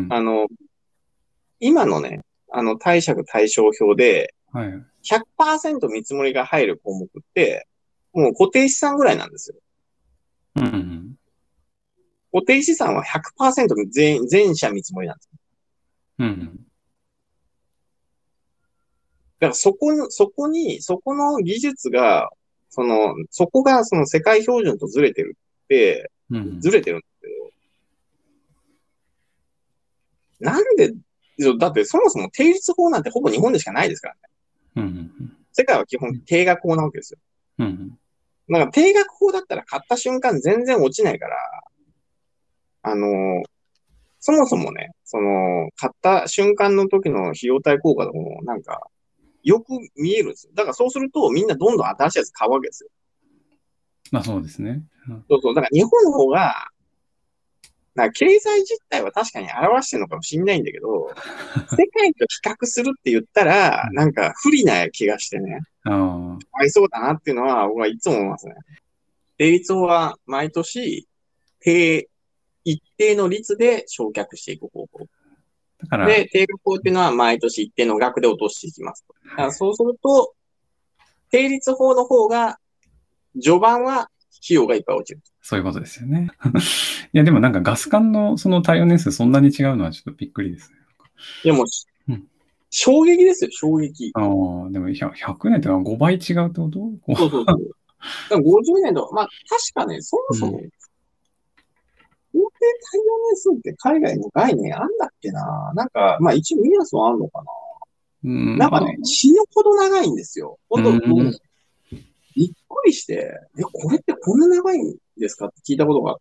今のね、貸借対照表で、100% 見積もりが入る項目って、もう固定資産ぐらいなんですよ。固定資産は 100% 全社見積もりなんですよ。だからそこの技術が、そこが世界標準とずれてるって、ずれてるんですけど、なんで、だってそもそも定率法なんてほぼ日本でしかないですからね。世界は基本定額法なわけですよ。なんか定額法だったら買った瞬間全然落ちないから、そもそもね、買った瞬間の時の費用対効果でも、なんか、よく見えるんですよ。だからそうすると、みんなどんどん新しいやつ買うわけですよ。
まあそうですね。
そう。だから日本の方が、なんか経済実態は確かに表してるのかもしれないんだけど、世界と比較するって言ったら、なんか不利な気がしてね。ありそうだなっていうのは、僕はいつも思いますね。定率法は毎年、一定の率で償却していく方法。で、定額法っていうのは毎年一定の額で落としていきます。だからそうすると、定率法の方が、序盤は費用がいっぱい落ちる。
そういうことですよね。いや、でもなんかガス管のその耐用年数そんなに違うのはちょっとびっくりですね。
いやもう、衝撃ですよ、衝撃。
でも100年ってのは5倍違うってこと？
そう。だから50年とか、まあ確かね、そもそも、法定耐用年数って海外の概念あんだっけな。なんか、まあ一応目安はあんのかな。なんかね、死ぬほど長いんですよ。本当びっくりして、これってこんな長いんですかって聞いたことがあって、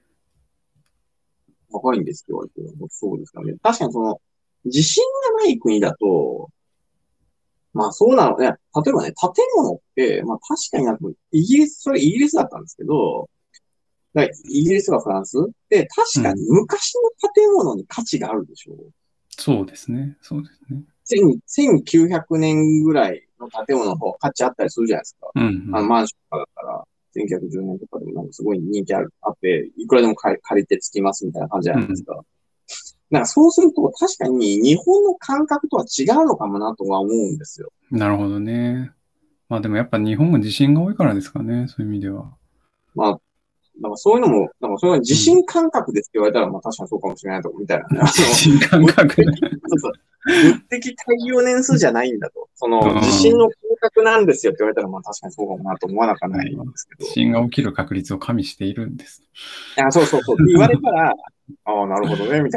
長いんですって言われて、そうですかね。確かに地震がない国だと、まあそうなのね。例えばね、建物って、まあ確かにそれイギリスだったんですけど、イギリスとかフランスで、確かに昔の建物に価値があるでしょう。
そうですね。
1900年ぐらいの建物の方が価値あったりするじゃないですか。マンションとかだったら、1910年とかでもなんかすごい人気あって、いくらでも借りてつきますみたいな感じじゃないですか。なんかそうすると確かに日本の感覚とは違うのかもなとは思うんですよ。
なるほどね。まあでもやっぱ日本が地震が多いからですかね、そういう意味では。
まあ、なんかそういうのも、なんかそれは地震感覚ですって言われたら、まあ確かにそうかもしれないと、みたいな、ね。
地震感覚ね。
物的耐用年数じゃないんだと。地震の感覚なんですよって言われたら、まあ確かにそうかもなと思わなくはないんですけど。
地震が起きる確率を加味しているんです。
そう。って言われたら、ああ、なるほどね、みたいな。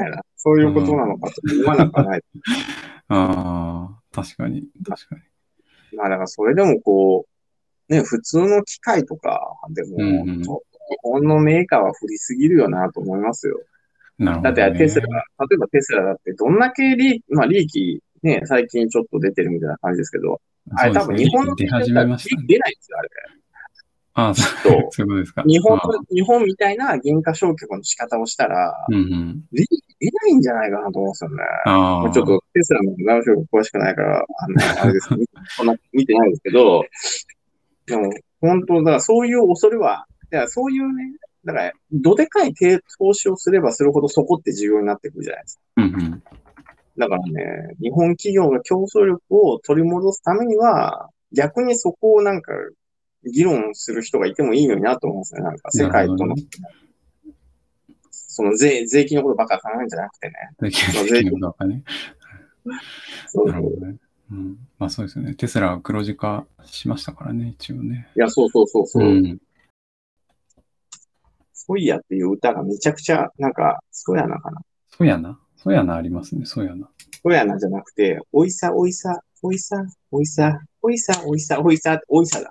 そういうことなのかと思わなくはない。
ああ、確かに、確かに。
まあだからそれでもこう、ね、普通の機械とかで
うん
も、
うん。
日本のメーカーは振りすぎるよなと思いますよ。
なるほど
だってテスラ、
ね。
例えばテスラだってどんだけまあ利益ね、最近ちょっと出てるみたいな感じですけど、あれ多
そうですね。利
分日本の
益出始
会社だったら利
めましたね。
益出ないんですよ、あれ。
ああ、
きっと。
そういうことですか。
日本、
ああ、
日本みたいな原価償却の仕方をしたら、
うんうん。
利益出ないんじゃないかなと思うんですよね。まあ、ちょっ
あ
とテスラの財務省が詳しくないから、あれですけど、そんな見てないですけど、でも、本当、だからそういう恐れは、だからそういうね、だから、どでかい投資をすればするほどそこって重要になってくるじゃないですか。
あ、うんうん。
だからね、日本企業が競争力を取り戻すためには、逆にそこをなんか、議論する人がいてもいいのになと思うんですよね。なんか、世
なるほ
界との、
どね。
その税金のことばっか考えるんじゃなくてね。その税金、
責任のかね。
そうそう。
なるほどね。うん。まあそうですよね。テスラは黒字化しましたからね、一応ね。
いや、そうそうそうそう。
うん。
ソイヤっていう歌がめちゃくちゃ、なんか、ソヤナかな。
そうやな。そうやなありますね。そうやな。
ソヤナじゃなくて、おいさ、おいさ、おいさ、おいさ、おいさ、おいさ、おいさ、おいさだ。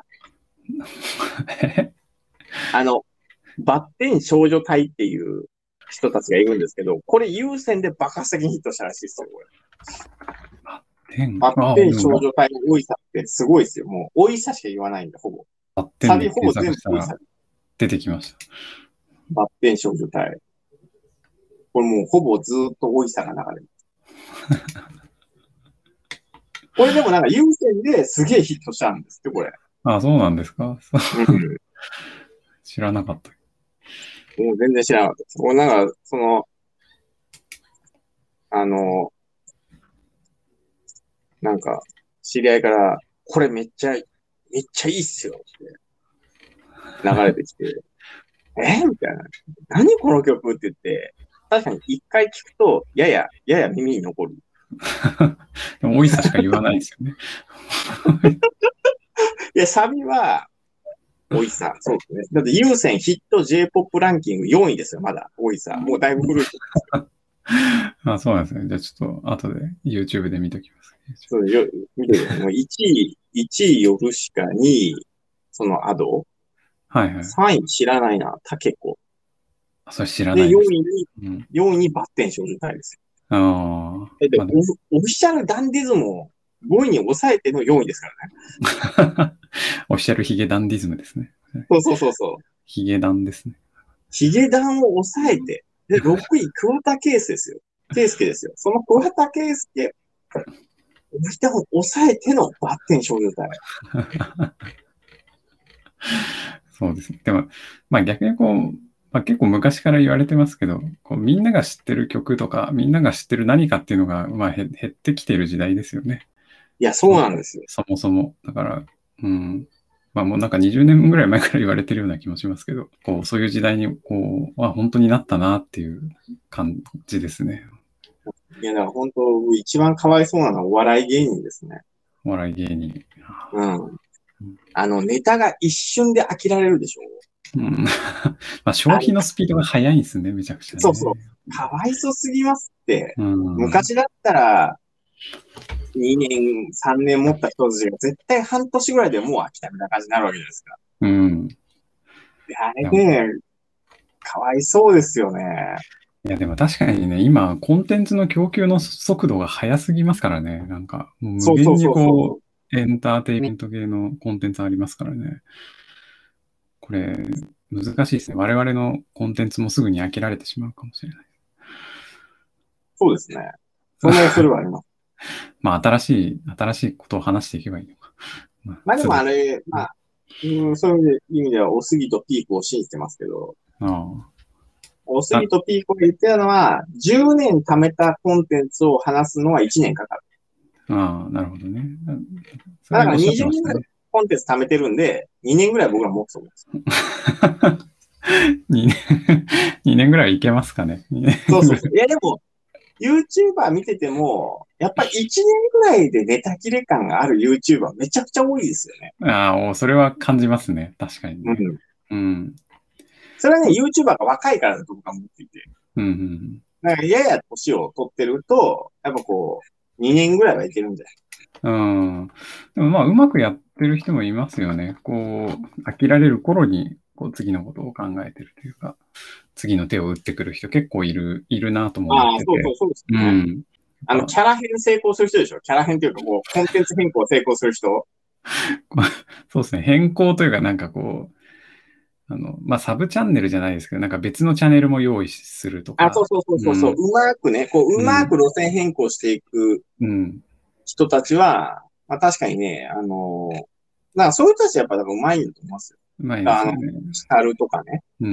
あの、バッテン少女隊っていう人たちがいるんですけど、これ優先で爆発的にヒットしたらしいですよ、これ。バッ
ああ、
テン
でも
少女隊のおいさってすごいですよ。もう、おいさしか言わないんで、ほぼ。
バッテン
サビ
で検
ほぼ全部
索したら
おいさ。
出てきました。
バッテン少女隊。これもうほぼずっとおいさが流れる。これでもなんか優先ですげえヒットしたんですって、これ。
ああ、そうなんですか。そう
うん。
知らなかった。
もう全然知らなかったです。俺なんか、あの、なんか、知り合いから、これめっちゃいいっすよって流れてきて、みたいな。何この曲って言って、確かに一回聞くと、やや耳に残る。
でも、おいさしか言わないですよね。
いや、サビは、おいさ、そうですね。だって優先ヒット J-POP ランキング4位ですよ、まだ。おいさ。もうだいぶ古い。
あ、そうなんですね。じゃあちょっと後で YouTube で見ときます。
そう見てください。もう1位ヨルシカ、2位、そのアド、
はいはい。
3位知らないな、タケコ。
あ、それ知らな
で、
いです。うん。
4位にバッテン少女隊です。
ああ、
で、
まあでも
オフィシャルダンディズムを5位に抑えての4位ですからね。
オフィシャルヒゲダンディズムですね。
そうそうそうそう。
ヒゲダンですね。
ヒゲダンを抑えて、で、6位、桑田佳祐ですよ。佳祐ですよ。その桑田佳祐、オフィシャルを抑えてのバッテン少女隊。
そうですね。でも、まあ逆にこう、まあ、結構昔から言われてますけど、こうみんなが知ってる曲とか、みんなが知ってる何かっていうのが、まあ、減ってきてる時代ですよね。
いや、そうなんですよ。
そもそも。だから、うん。まあもうなんか20年ぐらい前から言われてるような気もしますけど、こう、そういう時代に、こう、本当になったなっていう感じですね。
いや、だから本当、一番かわいそうなのはお笑い芸人ですね。
お笑い芸人。
うん。ネタが一瞬で飽きられるでしょ。
うん、まあ消
あれ、
費のスピードが速いんですね、めちゃくちゃ
そうそう。
ね。
かわいそうすぎますって。
うん。
昔だったら、2年、3年持った人たちが絶対半年ぐらいでもう飽きたみたいな感じになるわけじゃないですか。
うん。
で、あれ
いや、
ね、かわいそうですよね。
いやでも確かにね、今、コンテンツの供給の速度が速すぎますからね。なんか、もう無
そうそう
限に
そうそうそ
こう、エンターテイメント系のコンテンツありますからね。これ、難しいですね。我々のコンテンツもすぐに飽きられてしまうかもしれない。
うですね。その恐れはあります。
まあ、新しいことを話していけばいいのか。まあ、
まあでもあ
都度。
れ、まあ、そういう意味では、おすぎとピークを信じてますけど、
あ
おす
あ。
ぎとピークが言ってたのは、10年貯めたコンテンツを話すのは1年かかる。
なるほどね。そ
だから
れおっしゃって
20年ぐらい
ましたね。
コンテンツ貯めてるんで、2年ぐらい僕ら持つと思うんです。
2年、2年ぐらいいけますかね。2年ぐらい。
そうそうそう。いやでも、YouTuber 見てても、やっぱり1年ぐらいでネタ切れ感がある YouTuber めちゃくちゃ多いですよね。
それは感じますね。確かにね。
うん。
うん。
それはね、YouTuber が若いからだと僕は思っていて。
うんうん
なんかやや年を取ってると、やっぱこう、2年ぐらいはいけるんじゃない？
うん。でもまあ、うまくやってる人もいますよね。こう、飽きられる頃に、こう、次のことを考えてるというか、次の手を打ってくる人結構いるなとも思っ
ああ、
てて。
そうそう、そうですね。
うん。やっぱ、
キャラ変成功する人でしょ？キャラ変っていうか、こう、コンテンツ変更成功する人。
こうそうですね。変更というか、なんかこう、まあ、サブチャンネルじゃないですけど、なんか別のチャンネルも用意すると
あ、そう
か、
そうそうそうそう。
うん、
うまくね、こう、うまく
うん、
路線変更していく
うん、
人たちは、まあ確かにね、なんかそういう人たちやっぱ多分うまいんだと思いますよ。
うまいで
あの、
すよね。
ヒカルとかね。
うん。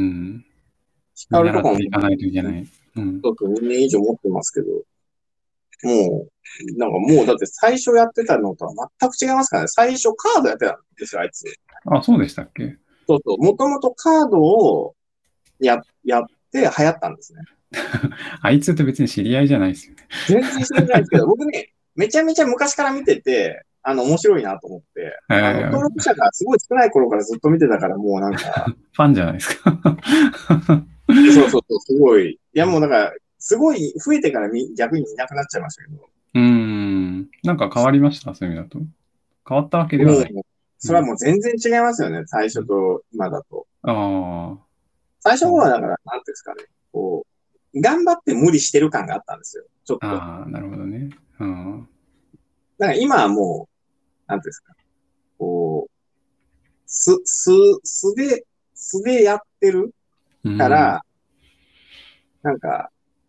ヒカ
見
ルとかも、
習っていかないといけない。うん。
ちょっと2年以上持ってますけど、もなんかもうだって最初やってたのとは全く違いますからね。最初カードやってたんですよ、あいつ。
あ、そうでしたっけ？
そうそう。もともとカードをやって流行ったんですね。
あいつって別に知り合いじゃないですよね。
全然知らないですけど、僕ね、めちゃめちゃ昔から見てて、面白いなと思って、登録者がすごい少ない頃からずっと見てたから、もうなんか、
ファンじゃないですか。
そうそうそう、すごい。いやもうだから、すごい増えてから逆にいなくなっちゃいましたけど、
うーん。なんか変わりましたそういう意味だと。変わったわけではない。
もう、
うん。
それはもう全然違いますよね、最初と今だと。
ああ。
最初の
うん、
頃はだから、なんていうんですかね、こう、頑張って無理してる感があったんですよ、ちょっと。
ああ、なるほどね。うん。
だから今はもう、なんていうんですか、こう、素でやってる
うん。
から、なんか、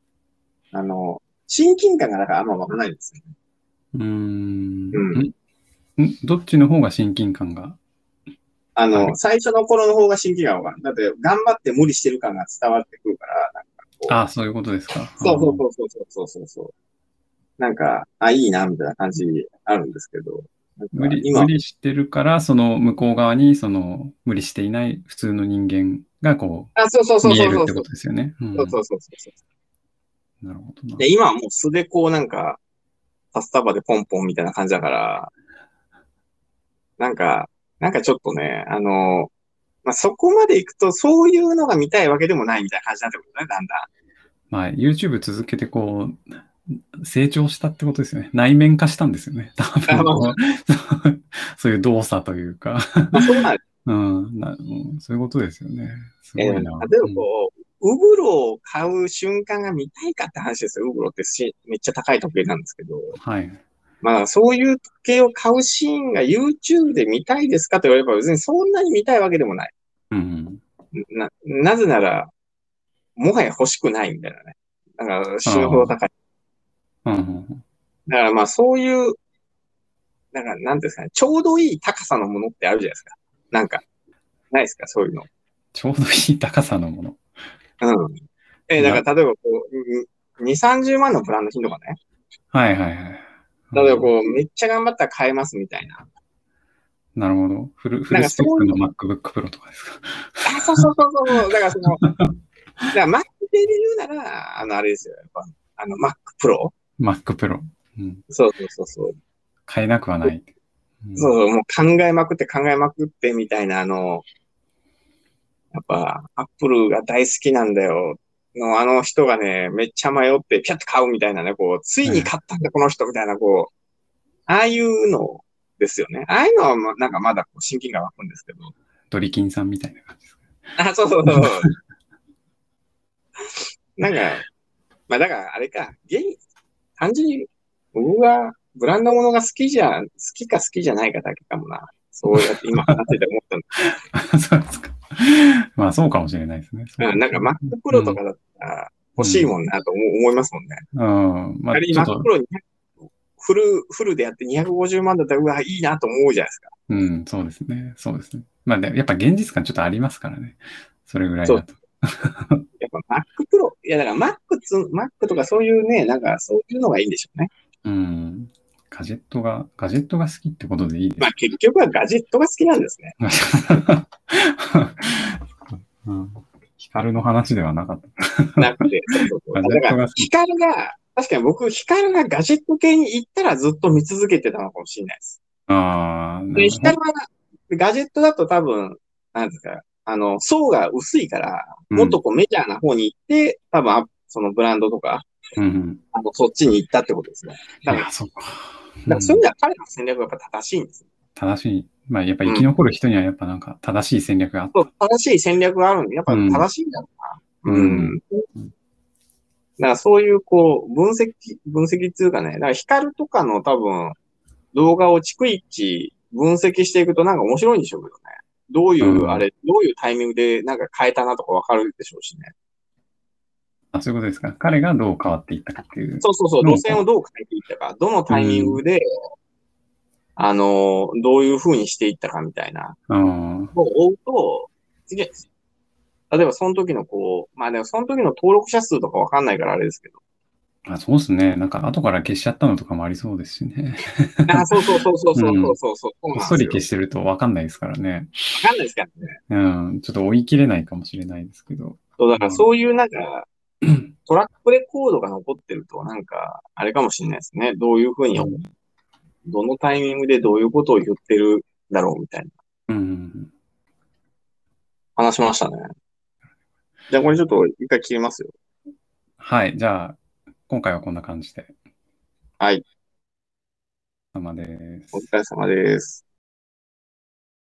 親近感がだからあんま湧かないんですよね。
うー
う
ん。
ん。
どっちの方が親近感がある？
最初の頃の方が親近感が湧かない。だって、頑張って無理してる感が伝わってくるから、なんかこう、
ああ、そういうことですか。あ
そうそう
あ、
そうそうそうそうそう。なんか、あ、いいな、みたいな感じあるんですけど、なんか、
無
今、
理してるから、その向こう側に、その無理していない普通の人間がこ
あ、そうそう
う、
そう
見えるってこ
そうそうそう。
とですよね。う
そうそ
ん。
うそうそう。
なるほどな。
で、今はもう素でこうなんか、パスタバでポンポンみたいな感じだから、なんか、なんかちょっとね、まあ、そこまで行くと、そういうのが見たいわけでもないみたいな感じになってくるね、だんだ
まあ、YouTube 続けてこう、成長したってことですよね。内面化したんですよね。多
ん。あ、
分こう、そういう動作というか
まあ、そうなんです。
うん、そういうことですよね。すごいな。
例えば
うん。
こう、ウブロを買う瞬間が見たいかって話ですよ。ウブロってめっちゃ高い時計なんですけど。
はい。
まあ、そういう時計を買うシーンが YouTube で見たいですかと言われれば別にそんなに見たいわけでもない。
うん。
なぜなら、もはや欲しくないみたいなね。だから死ぬほど
あ
高い。
あ。うん。
だからまあそういう、なんか、なんていうんですかね、ちょうどいい高さのものってあるじゃないですか。なんか、ないですか、そういうの。
ちょうどいい高さのもの。
うん。
いや、
だから例えばこう、2、30万のブランド品とかね。
はいはいはい。うん、
例えばこう、めっちゃ頑張ったら買えますみたいな。
なるほど。フ
なん
ルスペックの
かそういう、
MacBook Pro とかですか？
あ、そうそうそうそう。だからその、だから Mac で言うなら、あれですよ。やっぱ、Mac Pro。
Mac Pro。うん。
そうそうそうそう。
買えなくはない。うん。
そうそう、もう考えまくってみたいな、やっぱ、アップルが大好きなんだよ。の、あの人がね、めっちゃ迷って、ピャッと買うみたいなね、こう、ついに
はい。
買ったんだ、この人みたいな、こう、ああいうのですよね。ああいうのは、なんかまだこう親近感湧くんですけど。
ドリキンさんみたいな感じですか？
あ、そうそうそうそう。なんか、まあだからあれか、単純に僕がブランド物が好きか好きじゃないかだけかもな。そうやって今話してて思った
そうですか。まあ、そうかもしれないですね。そう
の。うん、なんか
かもしれない。
Mac
う
Pro と
ん。
かだったら欲しい
うん。
もんなと思いますもんね。
うん。まあ、
仮に
ちょっ
Mac
と、
Pro フルでやって250万だったら、うわ、いいなと思うじゃないですか。
うん、そうですね。そうですね。まあ、やっぱ現実感ちょっとありますからね。それぐらい
そう。
だと。
やっぱ Mac Pro、いやだから Mac とかそういうね、なんかそういうのがいいんでしょうね。
うん。ガジェットが好きってことでいいで
まあ
す。
結局はガジェットが好きなんですね。
うん。ヒカルの話ではなかった。
なくて、そうそうそう。
ガジェ
だから、
ットが好き。
確かに僕、ヒカルがガジェット系に行ったらずっと見続けてたのかもしれないです。
ああ、な
で、
るほど。
ヒカルはガジェットだと多分、なんですか、層が薄いから、
うん。
もっとこうメジャーな方に行って、多分そのブランドとか、
うん。
そっちに行ったってことですね。
いや、そうか。う
だからそういう意味
ん。
では彼の戦略はやっぱ正しいんですよ。
正しい。まあ、やっぱ生
うん。
き残る人にはやっぱなんか正しい戦略があっ
そう、
た。
正しい戦略があるんで、やっぱ
うん。
正しいんだろうな。
うん。
うん。だからそういうこう、分析っていうかね、だからヒカルとかの多分動画を逐一分析していくとなんか面白いんでしょうけどね。どういう、あ
うん。
れ、どういうタイミングでなんか変えたなとかわかるでしょうしね。
あ、そういうことですか。彼がどう変わっていったかっていう
そうそうそう、路
のをこ
線をどう変えていったか、どの
う。う
タイミン
ん。
グで、どういう風にしていったかみたいな
ああ。
のを追うと、次、例えばその時のこう、まあでもその時の登録者数とかわかんないからあれですけど。
あ、そうですね。なんか後から消しちゃったのとかもありそうですしね。
あ、そうそうそうそう
う
そうそう
ん。
そうそう、そう
こっ
なんですよ。
そり消してるとわかんないですからね。
わかんないですからね。
うん。ちょっと追い切れないかもしれないですけど。
そう、だから
まあ、
そういうなんか、トラックレコードが残ってると、なんか、あれかもしれないですね。どういうふうに、どのタイミングでどういうことを言ってるだろうみたいな
うん。
話しましたね。じゃあこれちょっと一回切りますよ。
はい。じゃあ、今回はこんな感じで。
はい。
様です。
お疲れ様です。